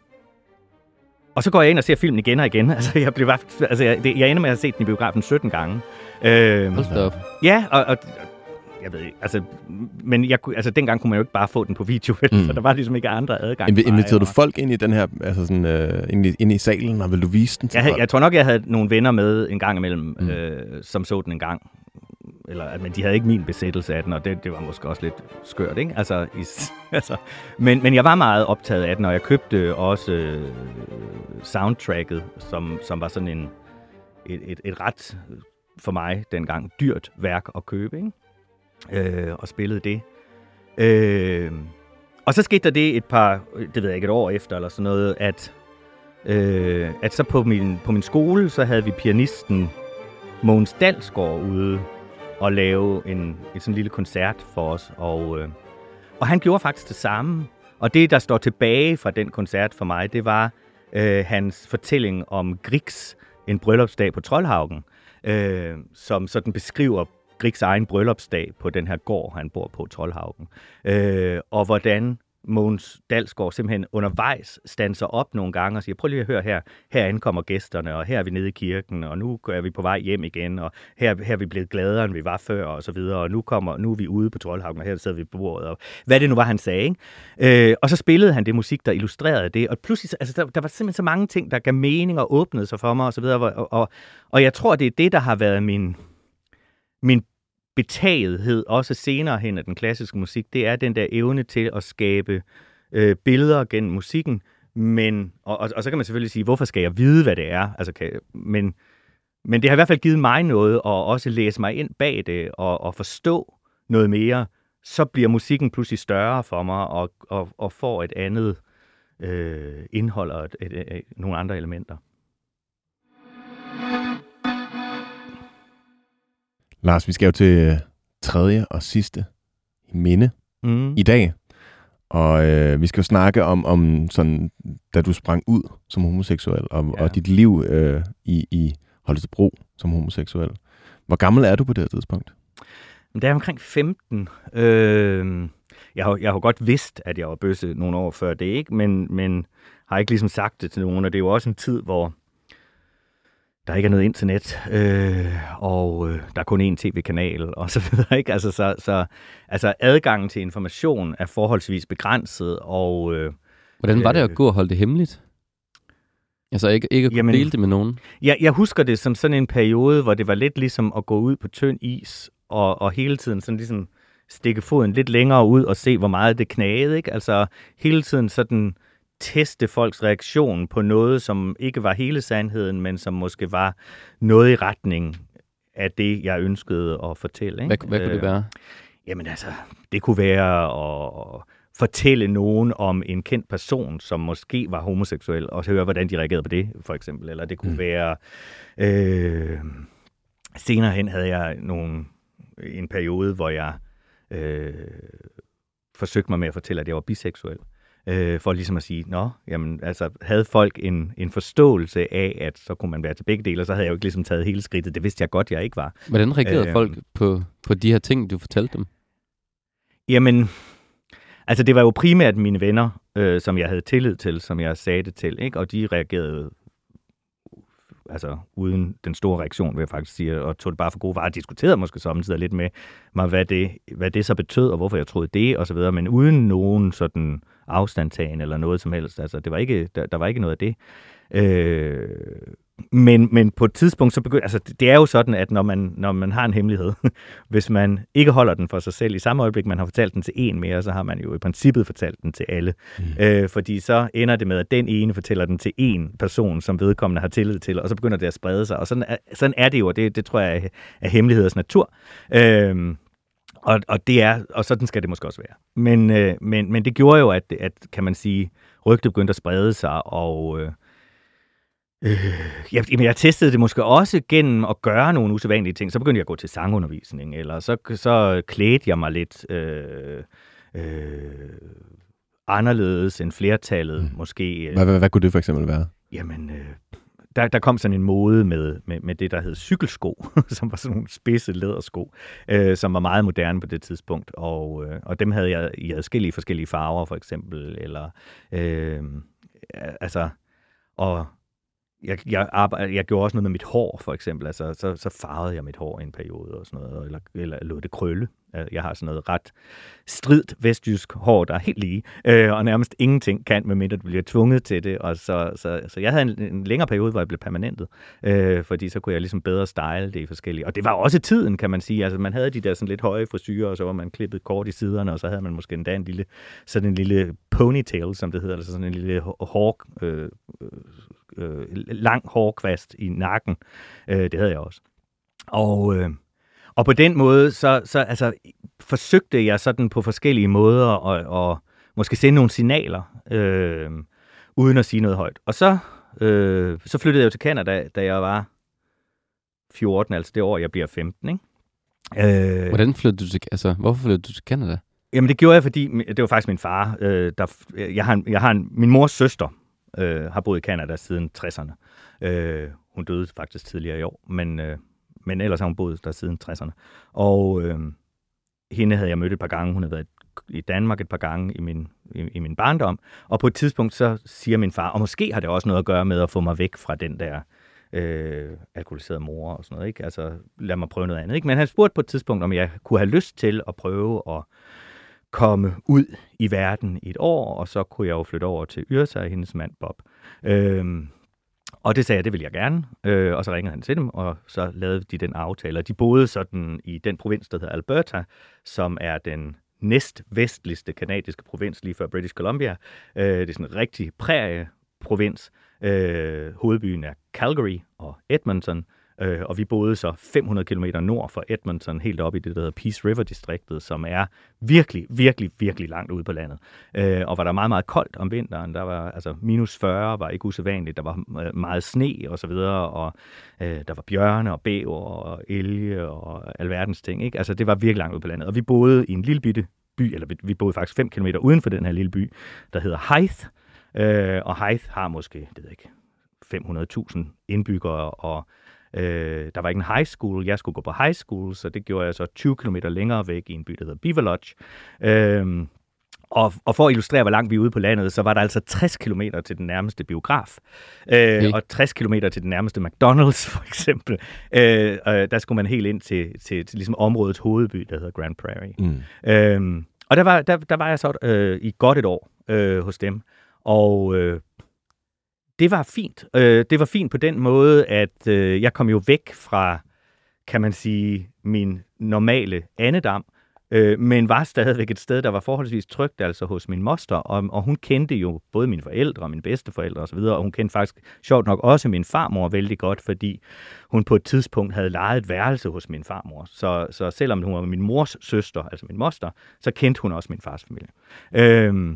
Og så går jeg ind og ser filmen igen og igen. Altså, jeg, blev, altså, jeg, det, jeg ender med at have set den i biografen sytten gange. Øh, Hold da op. Ja, og, og jeg ved ikke, altså, men jeg, altså, dengang kunne man jo ikke bare få den på video, mm. så der var ligesom ikke andre adgang. Inv- inviterede du folk ind i den her, altså sådan, øh, ind, i, ind i salen, og vil du vise den til jeg, folk? Jeg tror nok, jeg havde nogle venner med en gang imellem, mm. øh, som så den en gang. Eller, men de havde ikke min besættelse af den, og det, det var måske også lidt skørt, ikke? Altså, i, altså, men, men jeg var meget optaget af den, og jeg købte også øh, soundtracket, som, som var sådan en, et, et, et ret, for mig dengang, dyrt værk at købe, ikke? Øh, og spillede det. Øh, og så skete der det et par, det ved jeg ikke, et år efter, eller sådan noget, at, øh, at så på min, på min skole, så havde vi pianisten Mogens Dalsgaard ude og lave en, en sådan lille koncert for os. Og, øh, og han gjorde faktisk det samme. Og det, der står tilbage fra den koncert for mig, det var øh, hans fortælling om Griegs, en bryllupsdag på Troldhaugen, øh, som sådan beskriver Griegs egen bryllupsdag på den her gård, han bor på, Troldhaugen. Øh, og hvordan Mogens Dalsgaard simpelthen undervejs standser op nogle gange og siger, prøv lige at høre her, her ankommer gæsterne, og her er vi nede i kirken, og nu er vi på vej hjem igen, og her, her er vi blevet gladere, end vi var før, og så videre, og nu, kommer, nu er vi ude på Troldhaugen, og her sidder vi på bordet, og hvad det nu var, han sagde, ikke? Øh, og så spillede han det musik, der illustrerede det, og pludselig, altså der, der var simpelthen så mange ting, der gav mening og åbnede sig for mig, og så videre, og, og, og jeg tror, det er det, der har været min, min betagethed, også senere hen af den klassiske musik, det er den der evne til at skabe øh, billeder gennem musikken, men, og, og, og så kan man selvfølgelig sige, hvorfor skal jeg vide, hvad det er? Altså, kan, men, men det har i hvert fald givet mig noget, og også læse mig ind bag det, og, og forstå noget mere, så bliver musikken pludselig større for mig, og, og, og får et andet øh, indhold og et, et, et, et, nogle andre elementer. Lars, vi skal jo til tredje og sidste minde mm. i dag. Og øh, vi skal jo snakke om, om sådan, da du sprang ud som homoseksuel, og, ja. og dit liv øh, i, i Holstebro som homoseksuel. Hvor gammel er du på det her tidspunkt? Det er omkring femten. Øh, jeg, har, jeg har godt vidst, at jeg var bøsse nogle år før det, ikke? Men, men har ikke ligesom sagt det til nogen, og det er jo også en tid, hvor der ikke er noget internet, øh, og øh, der er kun én tv-kanal, og så videre, ikke? Altså, så, så, altså adgangen til information er forholdsvis begrænset, og... Øh, Hvordan var det at gå og holde det hemmeligt? Altså ikke, ikke at kunne jamen, dele det med nogen? Jeg, jeg husker det som sådan en periode, hvor det var lidt ligesom at gå ud på tynd is, og, og hele tiden sådan ligesom stikke foden lidt længere ud og se, hvor meget det knagede, ikke? Altså hele tiden sådan teste folks reaktion på noget, som ikke var hele sandheden, men som måske var noget i retning af det, jeg ønskede at fortælle. Ikke? Hvad, hvad kunne det være? Øh, jamen altså, det kunne være at fortælle nogen om en kendt person, som måske var homoseksuel, og høre, hvordan de reagerede på det, for eksempel. Eller det kunne mm. være... Øh, senere hen havde jeg nogle, en periode, hvor jeg øh, forsøgte mig med at fortælle, at jeg var biseksuel. Øh, for ligesom at sige, nå, jamen, altså, havde folk en, en forståelse af, at så kunne man være til begge dele, og så havde jeg jo ikke ligesom taget hele skridtet. Det vidste jeg godt, jeg ikke var. Hvordan reagerede øh, folk på, på de her ting, du fortalte dem? Jamen, altså det var jo primært mine venner, øh, som jeg havde tillid til, som jeg sagde det til, ikke? Og de reagerede altså uden den store reaktion, vil jeg faktisk sige, og tog det bare for gode varer. Diskuterede måske samtidig lidt med mig, hvad det, hvad det så betød, og hvorfor jeg troede det, og så videre, men uden nogen sådan afstandtagen eller noget som helst. Altså, det var ikke, der, der var ikke noget af det. Øh, men, men på et tidspunkt, så begynder, altså det er jo sådan, at når man, når man har en hemmelighed, hvis man ikke holder den for sig selv, i samme øjeblik, man har fortalt den til en mere, så har man jo i princippet fortalt den til alle. Mm. Øh, fordi så ender det med, at den ene fortæller den til en person, som vedkommende har tillid til, og så begynder det at sprede sig. Og sådan er, sådan er det jo, og det, det tror jeg er, er hemmeligheders natur. Øh, og, og, det er, og sådan skal det måske også være. Men, øh, men, men det gjorde jo, at, at kan man sige, rygtet begyndte at sprede sig, og... Øh, Øh, jeg, jamen, jeg testede det måske også gennem at gøre nogle usædvanlige ting. Så begyndte jeg at gå til sangundervisning, eller så, så klædte jeg mig lidt øh, øh, anderledes end flertallet, mm. måske. Hvad, hvad, hvad kunne det for eksempel være? Jamen, øh, der, der kom sådan en mode med, med, med det, der hed cykelsko, som var sådan nogle spidse lædersko, øh, som var meget moderne på det tidspunkt. Og, øh, og dem havde jeg i adskillige forskellige farver, for eksempel. Eller, øh, altså, og jeg, jeg, arbejde, jeg gjorde også noget med mit hår, for eksempel. Altså, så, så farvede jeg mit hår i en periode, og sådan noget, eller, eller lod det krølle. Jeg har sådan noget ret stridt vestjysk hår, der er helt lige, øh, og nærmest ingenting kan, medmindre du bliver tvunget til det. Og så, så, så jeg havde en, en længere periode, hvor jeg blev permanentet, øh, fordi så kunne jeg ligesom bedre style det i forskellige. Og det var også tiden, kan man sige. Altså, man havde de der sådan lidt høje frisyrer, og så var man klippet kort i siderne, og så havde man måske endda en lille, sådan en lille ponytail, som det hedder, altså sådan en lille hår, øh, øh, lang hårkvast i nakken. Øh, det havde jeg også. Og... Øh, Og på den måde, så, så altså, forsøgte jeg sådan på forskellige måder at, at måske sende nogle signaler, øh, uden at sige noget højt. Og så, øh, så flyttede jeg jo til Canada, da jeg var fjorten, altså det år, jeg bliver femten. Ikke? Øh, Hvordan flyttede du til, altså, hvorfor flyttede du til Canada? Jamen det gjorde jeg, fordi det var faktisk min far. Øh, der, jeg har en, jeg har en, min mors søster øh, har boet i Canada siden tresserne. Øh, hun døde faktisk tidligere i år, men... Øh, Men ellers har hun boet der siden tresserne. Og øh, hende havde jeg mødt et par gange. Hun havde været i Danmark et par gange i min, i, i min barndom. Og på et tidspunkt så siger min far, og måske har det også noget at gøre med at få mig væk fra den der øh, alkoholiserede mor og sådan noget. Ikke? Altså lad mig prøve noget andet. Ikke? Men han spurgte på et tidspunkt, om jeg kunne have lyst til at prøve at komme ud i verden i et år. Og så kunne jeg jo flytte over til Yrsa og hendes mand Bob. Øh, Og det sagde jeg, det ville jeg gerne, øh, og så ringede han til dem, og så lavede de den aftale. De boede sådan i den provins, der hedder Alberta, som er den næstvestligste kanadiske provins lige før British Columbia. Øh, det er sådan en rigtig prærie-provins. Øh, hovedbyen er Calgary og Edmonton, øh, og vi boede så fem hundrede kilometer nord for Edmonton, helt op i det, der hedder Peace River-distriktet, som er virkelig, virkelig, virkelig langt ude på landet. Øh, og var der meget, meget koldt om vinteren. Der var altså minus fyrre, var ikke usædvanligt. Der var meget sne og så videre, og øh, der var bjørne og bæver og elge og alverdens ting. Ikke? Altså, det var virkelig langt ude på landet. Og vi boede i en lille bitte by, eller vi boede faktisk fem kilometer uden for den her lille by, der hedder Hythe. Øh, og Hythe har måske, det ved jeg ikke, fem hundrede tusind indbyggere, og Øh, der var ikke en high school. Jeg skulle gå på high school, så det gjorde jeg så tyve kilometer længere væk i en by, der hedder Beaver Lodge. Øh, og, og for at illustrere, hvor langt vi er ude på landet, så var der altså tres kilometer til den nærmeste biograf. Øh, okay. Og tres kilometer til den nærmeste McDonald's, for eksempel. Øh, og der skulle man helt ind til, til, til ligesom områdets hovedby, der hedder Grand Prairie. Mm. Øh, og der var, der, der var jeg så øh, i godt et år øh, hos dem. Og... Øh, Det var fint. Øh, det var fint på den måde, at øh, jeg kom jo væk fra, kan man sige, min normale andedam, øh, men var stadigvæk et sted, der var forholdsvis trygt, altså hos min moster, og, og hun kendte jo både mine forældre og mine bedsteforældre osv., og hun kendte faktisk sjovt nok også min farmor vældig godt, fordi hun på et tidspunkt havde lejet et værelse hos min farmor. Så, så selvom hun var min mors søster, altså min moster, så kendte hun også min fars familie. Øh,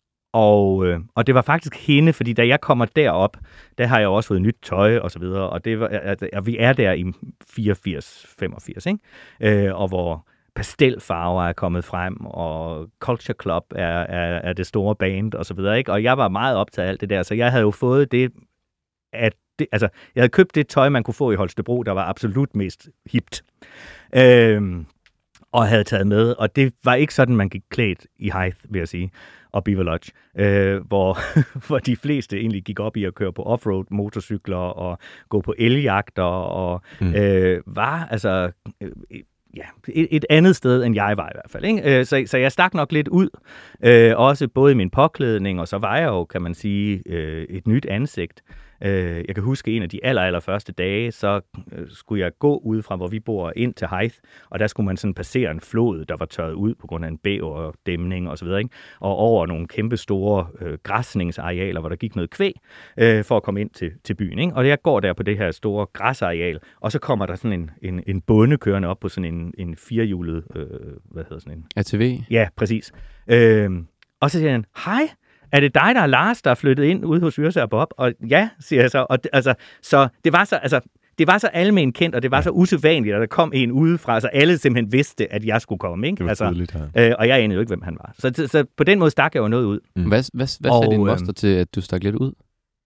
Og, øh, og det var faktisk hende, fordi da jeg kommer derop, der har jeg også fået nyt tøj og så videre, og det var, at, at vi er der i fireogfirs femogfirs, ikke? Øh, og hvor pastelfarver er kommet frem, og Culture Club er, er, er det store band og så videre, ikke? Og jeg var meget optaget af alt det der, så jeg havde jo fået det, at det, altså, jeg havde købt det tøj, man kunne få i Holstebro, der var absolut mest hipt. Øh, og havde taget med, og det var ikke sådan, man gik klædt i Hythe, vil jeg sige, og Beaver Lodge, øh, hvor, hvor de fleste egentlig gik op i at køre på offroad motorcykler og gå på eljagter og mm. øh, var altså øh, ja, et, et andet sted, end jeg var i hvert fald. Ikke? Øh, så, så jeg stak nok lidt ud, øh, også både i min påklædning, og så var jeg jo, kan man sige, øh, et nyt ansigt. Øh, jeg kan huske en af de aller, aller første dage, så øh, skulle jeg gå ud fra, hvor vi bor, ind til Hythe, og der skulle man sådan passere en flod, der var tørret ud på grund af en bæver og dæmning og så videre, ikke? Og over nogle kæmpe store øh, græsningsarealer, hvor der gik noget kvæg, øh, for at komme ind til, til byen, ikke? Og jeg går der på det her store græsareal, og så kommer der sådan en, en, en bonde kørende op på sådan en, en firehjulet, øh, hvad hedder sådan en? A T V? Ja, præcis. Øh, og så siger han, hej, er det dig, der er Lars, der er flyttet ind ude hos Yrsa og Bob? Og ja, siger jeg så. Og det, altså, så det var så, altså, det var så almen kendt, og det var så usædvanligt, at der kom en udefra, så alle simpelthen vidste, at jeg skulle komme, ikke? Det var altså, tydeligt, ja. øh, og jeg anede jo ikke, hvem han var. Så, så, så på den måde stak jeg jo noget ud. Mm. Hvad, hvad, hvad sagde din moster til, at du stak lidt ud?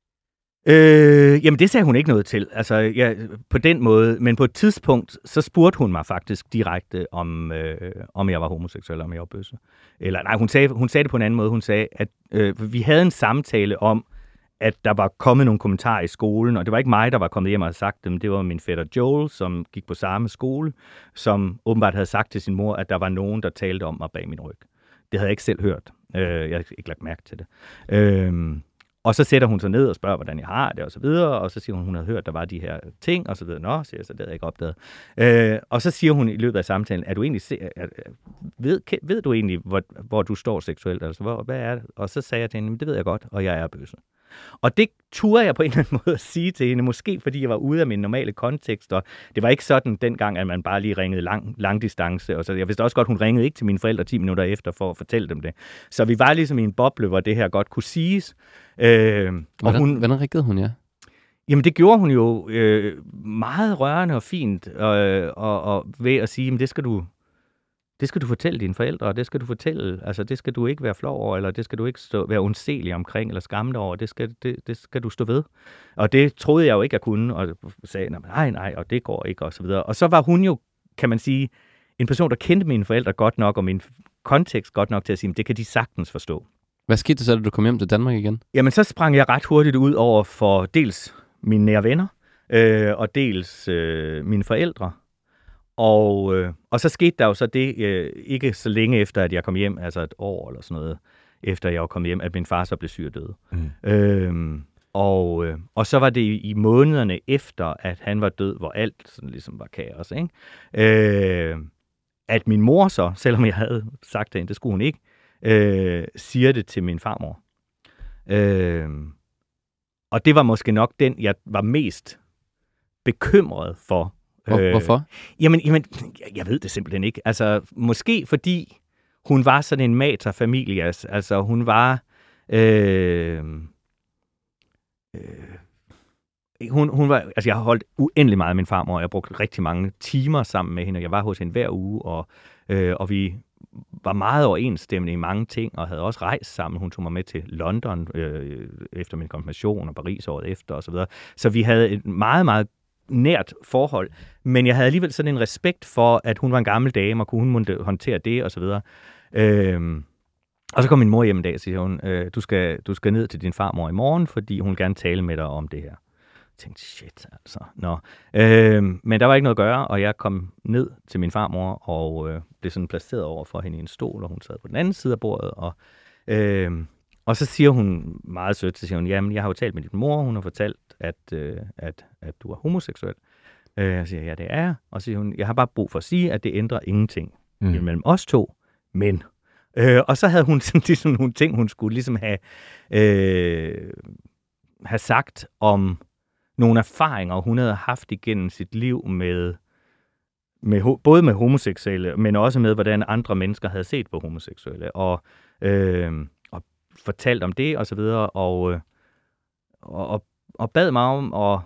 Øh, jamen, det sagde hun ikke noget til. Altså, ja, på den måde. Men på et tidspunkt, så spurgte hun mig faktisk direkte, om, øh, om jeg var homoseksuel, om jeg var bøsse. Eller nej, hun sagde, hun sagde det på en anden måde. Hun sagde, at øh, vi havde en samtale om, at der var kommet nogle kommentarer i skolen, og det var ikke mig, der var kommet hjem og havde sagt dem. Det var min fætter Joel, som gik på samme skole, som åbenbart havde sagt til sin mor, at der var nogen, der talte om mig bag min ryg. Det havde jeg ikke selv hørt. Øh, jeg havde ikke lagt mærke til det. Øh, Og så sætter hun sig ned og spørger, hvordan jeg har det, og så videre. Og så siger hun, hun havde hørt, der var de her ting, og så videre. Nå, siger jeg, så det havde jeg ikke opdaget. Øh, og så siger hun i løbet af samtalen, er du egentlig se- er, ved, ved du egentlig, hvor, hvor du står seksuelt? Altså, hvor, hvad er det? Og så sagde jeg til hende, det ved jeg godt, og jeg er bøsse. Og det turde jeg på en eller anden måde at sige til hende, måske fordi jeg var ude af min normale kontekst, og det var ikke sådan dengang, at man bare lige ringede lang, lang distance, og så jeg vidste også godt, hun ringede ikke til mine forældre ti minutter efter for at fortælle dem det. Så vi var ligesom i en boble, hvor det her godt kunne siges. Øh, hvordan, og hun, hvordan reagerede hun, ja? Jamen det gjorde hun jo øh, meget rørende og fint, øh, og, og ved at sige, men det skal du... Det skal du fortælle dine forældre, og det skal du fortælle, altså det skal du ikke være flov over, eller det skal du ikke stå, være undselig omkring, eller skamme dig over, det skal, det, det skal du stå ved. Og det troede jeg jo ikke, jeg kunne, og sagde, nej, nej, og det går ikke, og så videre. Og så var hun jo, kan man sige, en person, der kendte mine forældre godt nok, og min kontekst godt nok til at sige, det kan de sagtens forstå. Hvad skete der så, da du kom hjem til Danmark igen? Jamen så sprang jeg ret hurtigt ud over for dels mine nære venner, øh, og dels øh, mine forældre. Og, øh, og så skete der jo så det, øh, ikke så længe efter, at jeg kom hjem, altså et år eller sådan noget, efter jeg var kommet hjem, at min far så blev syg og døde. Mm. Øhm, og, øh, og så var det i, i månederne efter, at han var død, hvor alt sådan ligesom var kaos, ikke? Øh, at min mor så, selvom jeg havde sagt det, det skulle hun ikke, øh, siger det til min farmor. Øh, og det var måske nok den, jeg var mest bekymret for. Hvor, hvorfor? Øh, jamen, jamen, jeg ved det simpelthen ikke. Altså, måske fordi hun var sådan en mater familias. Altså, hun var... Øh, øh, hun, hun var... Altså, jeg har holdt uendelig meget af min farmor, og jeg brugte rigtig mange timer sammen med hende, og jeg var hos hende hver uge, og, øh, og vi var meget overensstemmende i mange ting, og havde også rejst sammen. Hun tog mig med til London øh, efter min konfirmation, og Paris året efter, og så videre. Så vi havde et meget, meget nært forhold, men jeg havde alligevel sådan en respekt for, at hun var en gammel dame, og kunne hun måtte håndtere det, og så videre. Øhm, og så kom min mor hjem en dag, og siger hun, øh, du, skal, du skal ned til din farmor i morgen, fordi hun gerne tale med dig om det her. Jeg tænkte, shit, altså. Nå. Øhm, men der var ikke noget at gøre, og jeg kom ned til min farmor, og øh, blev sådan placeret over for hende i en stol, og hun sad på den anden side af bordet, og øh, Og så siger hun meget sødt, så siger hun, jamen, jeg har jo talt med din mor, hun har fortalt, at, øh, at, at du er homoseksuel. Øh, jeg siger, ja, det er jeg. Og så siger hun, jeg har bare brug for at sige, at det ændrer ingenting mm. mellem os to, men. Øh, og så havde hun sådan ligesom nogle ting, hun skulle ligesom have, øh, have sagt om nogle erfaringer, hun havde haft igennem sit liv med, med både med homoseksuelle, men også med, hvordan andre mennesker havde set på homoseksuelle. Og øh, fortalt om det, og så videre, og, og, og bad mig om at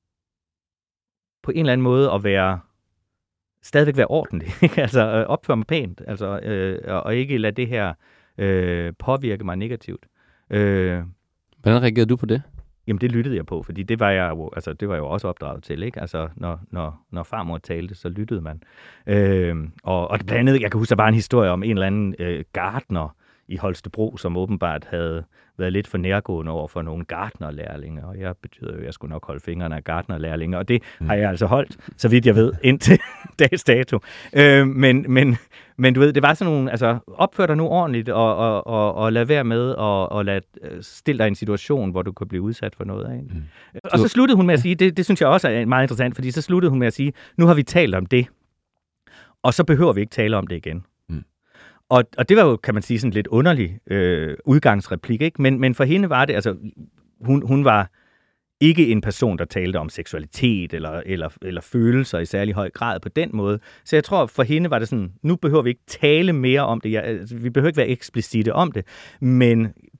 på en eller anden måde at være, stadigvæk være ordentlig, altså opføre mig pænt, altså, øh, og ikke lade det her øh, påvirke mig negativt. Øh, Hvordan reagerede du på det? Jamen, det lyttede jeg på, fordi det var jeg jo, altså, det var jeg jo også opdraget til, ikke? Altså, når, når, når farmor talte, så lyttede man. Øh, og, og blandt andet, jeg kan huske, der var en historie om en eller anden øh, gartner, i Holstebro, som åbenbart havde været lidt for nærgående over for nogle gartnerlærlinge, og jeg betyder jo, at jeg skulle nok holde fingrene af gartnerlærlinge, og det mm. har jeg altså holdt, så vidt jeg ved, indtil dags dato. Øh, men, men, men du ved, det var sådan nogle, altså opfør dig nu ordentligt, og, og, og, og lad være med at og lad, stille dig i en situation, hvor du kan blive udsat for noget. Ikke? Mm. Og så sluttede hun med at sige, det, det synes jeg også er meget interessant, fordi så sluttede hun med at sige, nu har vi talt om det, og så behøver vi ikke tale om det igen. Og, og det var jo, kan man sige, sådan lidt underlig øh, udgangsreplik, ikke? Men, men for hende var det, altså, hun, hun var ikke en person, der talte om seksualitet eller, eller, eller følelser i særlig høj grad på den måde. Så jeg tror, for hende var det sådan, nu behøver vi ikke tale mere om det. Jeg, altså, vi behøver ikke være eksplicite om det, men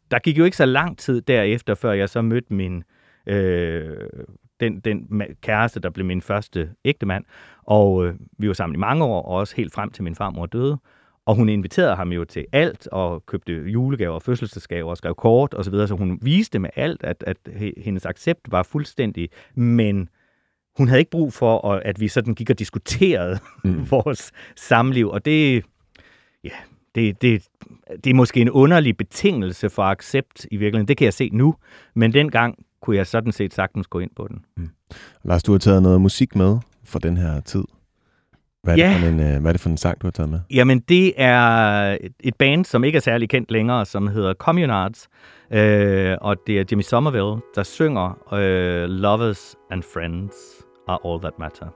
der gik jo ikke så lang tid derefter, før jeg så mødte min øh, den, den kæreste, der blev min første ægtemand. Og øh, vi var sammen i mange år, og også helt frem til min farmor døde. Og hun inviterede ham jo til alt, og købte julegaver og fødselsdagsgaver, og skrev kort osv., så videre. Så hun viste med alt, at, at hendes accept var fuldstændig, men hun havde ikke brug for, at vi sådan gik og diskuterede mm. vores samliv. Og det, ja, det, det, det er måske en underlig betingelse for accept i virkeligheden. Det kan jeg se nu, men dengang kunne jeg sådan set sagtens gå ind på den. Mm. Lars, du har taget noget musik med for den her tid. Hvad er, ja. det for en, hvad er det for en sang, du har taget med? Jamen, det er et band, som ikke er særlig kendt længere, som hedder Communards. Øh, og det er Jimmy Somerville, der synger øh, Lovers and Friends are all that matter.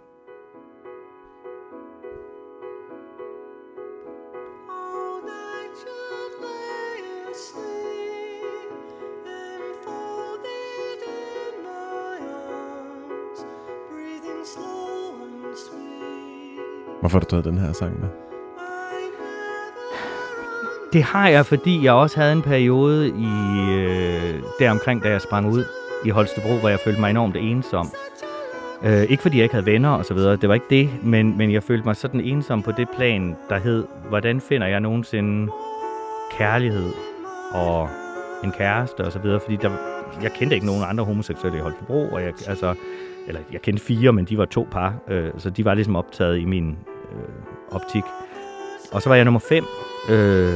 Hvorfor har du taget den her sang med? Det har jeg, fordi jeg også havde en periode i øh, deromkring, da jeg sprang ud i Holstebro, hvor jeg følte mig enormt ensom. Øh, ikke fordi jeg ikke havde venner og så videre, det var ikke det, men, men jeg følte mig sådan ensom på det plan, der hed, hvordan finder jeg nogensinde kærlighed og en kæreste og så videre, fordi der, jeg kendte ikke nogen andre homoseksuelle i Holstebro, og jeg, altså, eller jeg kendte fire, men de var to par, øh, så de var ligesom optaget i min øh, optik. Og så var jeg nummer fem, øh,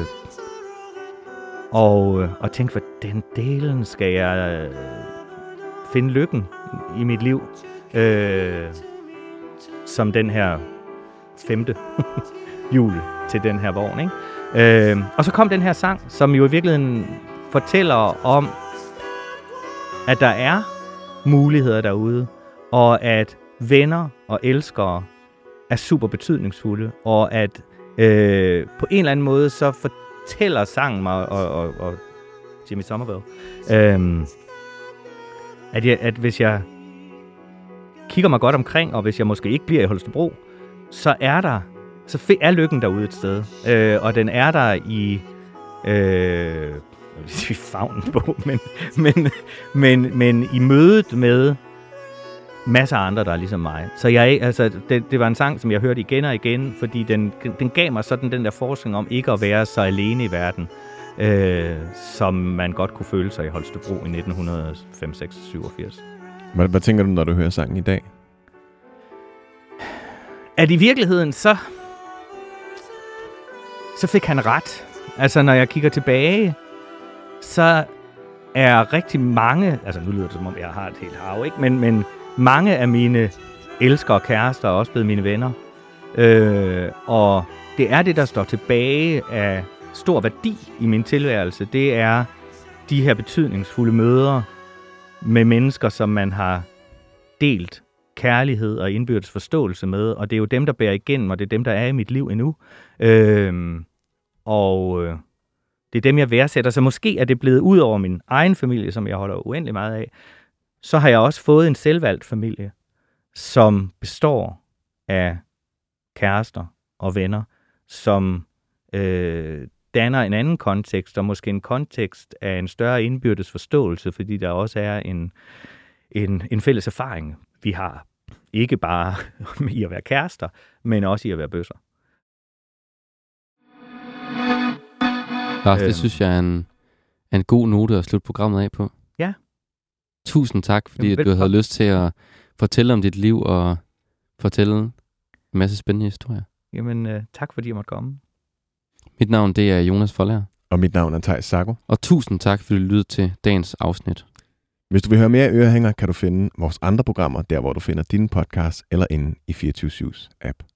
og, og tænkte, hvordan delen skal jeg øh, finde lykken i mit liv, øh, som den her femte jul til den her vogn, ikke? Øh, og så kom den her sang, som jo i virkeligheden fortæller om, at der er muligheder derude, og at venner og elskere er super betydningsfulde, og at øh, på en eller anden måde, så fortæller sangen mig, og, og, og Jimmy Somerville, øh, at, jeg, at hvis jeg kigger mig godt omkring, og hvis jeg måske ikke bliver i Holstebro, så er der, så er lykken derude et sted, øh, og den er der i, øh, i favnen på, men, men, men, men i mødet med masser af andre, der er ligesom mig. Så jeg, altså, det, det var en sang, som jeg hørte igen og igen, fordi den, den gav mig sådan den der forskning om ikke at være så alene i verden, øh, som man godt kunne føle sig i Holstebro i nitten fem, seks, syvogfirs. Hvad, hvad tænker du, når du hører sangen i dag? At i virkeligheden, så, så fik han ret. Altså, når jeg kigger tilbage, så er rigtig mange, altså nu lyder det som om, jeg har et helt hav, ikke? Men, men mange af mine elskere og kærester er også blevet mine venner. Øh, og det er det, der står tilbage af stor værdi i min tilværelse. Det er de her betydningsfulde møder med mennesker, som man har delt kærlighed og indbyrdes forståelse med. Og det er jo dem, der bærer igennem, og det er dem, der er i mit liv endnu. Øh, og det er dem, jeg værdsætter. Så måske er det blevet ud over min egen familie, som jeg holder uendelig meget af. Så har jeg også fået en selvvalgt familie, som består af kærester og venner, som øh, danner en anden kontekst, og måske en kontekst af en større indbyrdes forståelse, fordi der også er en, en, en fælles erfaring, vi har. Ikke bare i at være kærester, men også i at være bøsser. Lars, det synes jeg er en, en god note at slutte programmet af på. Ja. Tusind tak, fordi Jamen, du havde lyst til at fortælle om dit liv og fortælle en masse spændende historier. Jamen, øh, tak fordi jeg måtte komme. Mit navn, det er Jonas Foldager. Og mit navn er Theis Sacco. Og tusind tak, fordi du lyttede til dagens afsnit. Hvis du vil høre mere Ørehænger, kan du finde vores andre programmer, der hvor du finder dine podcasts, eller inde i fireogtyve syvs app.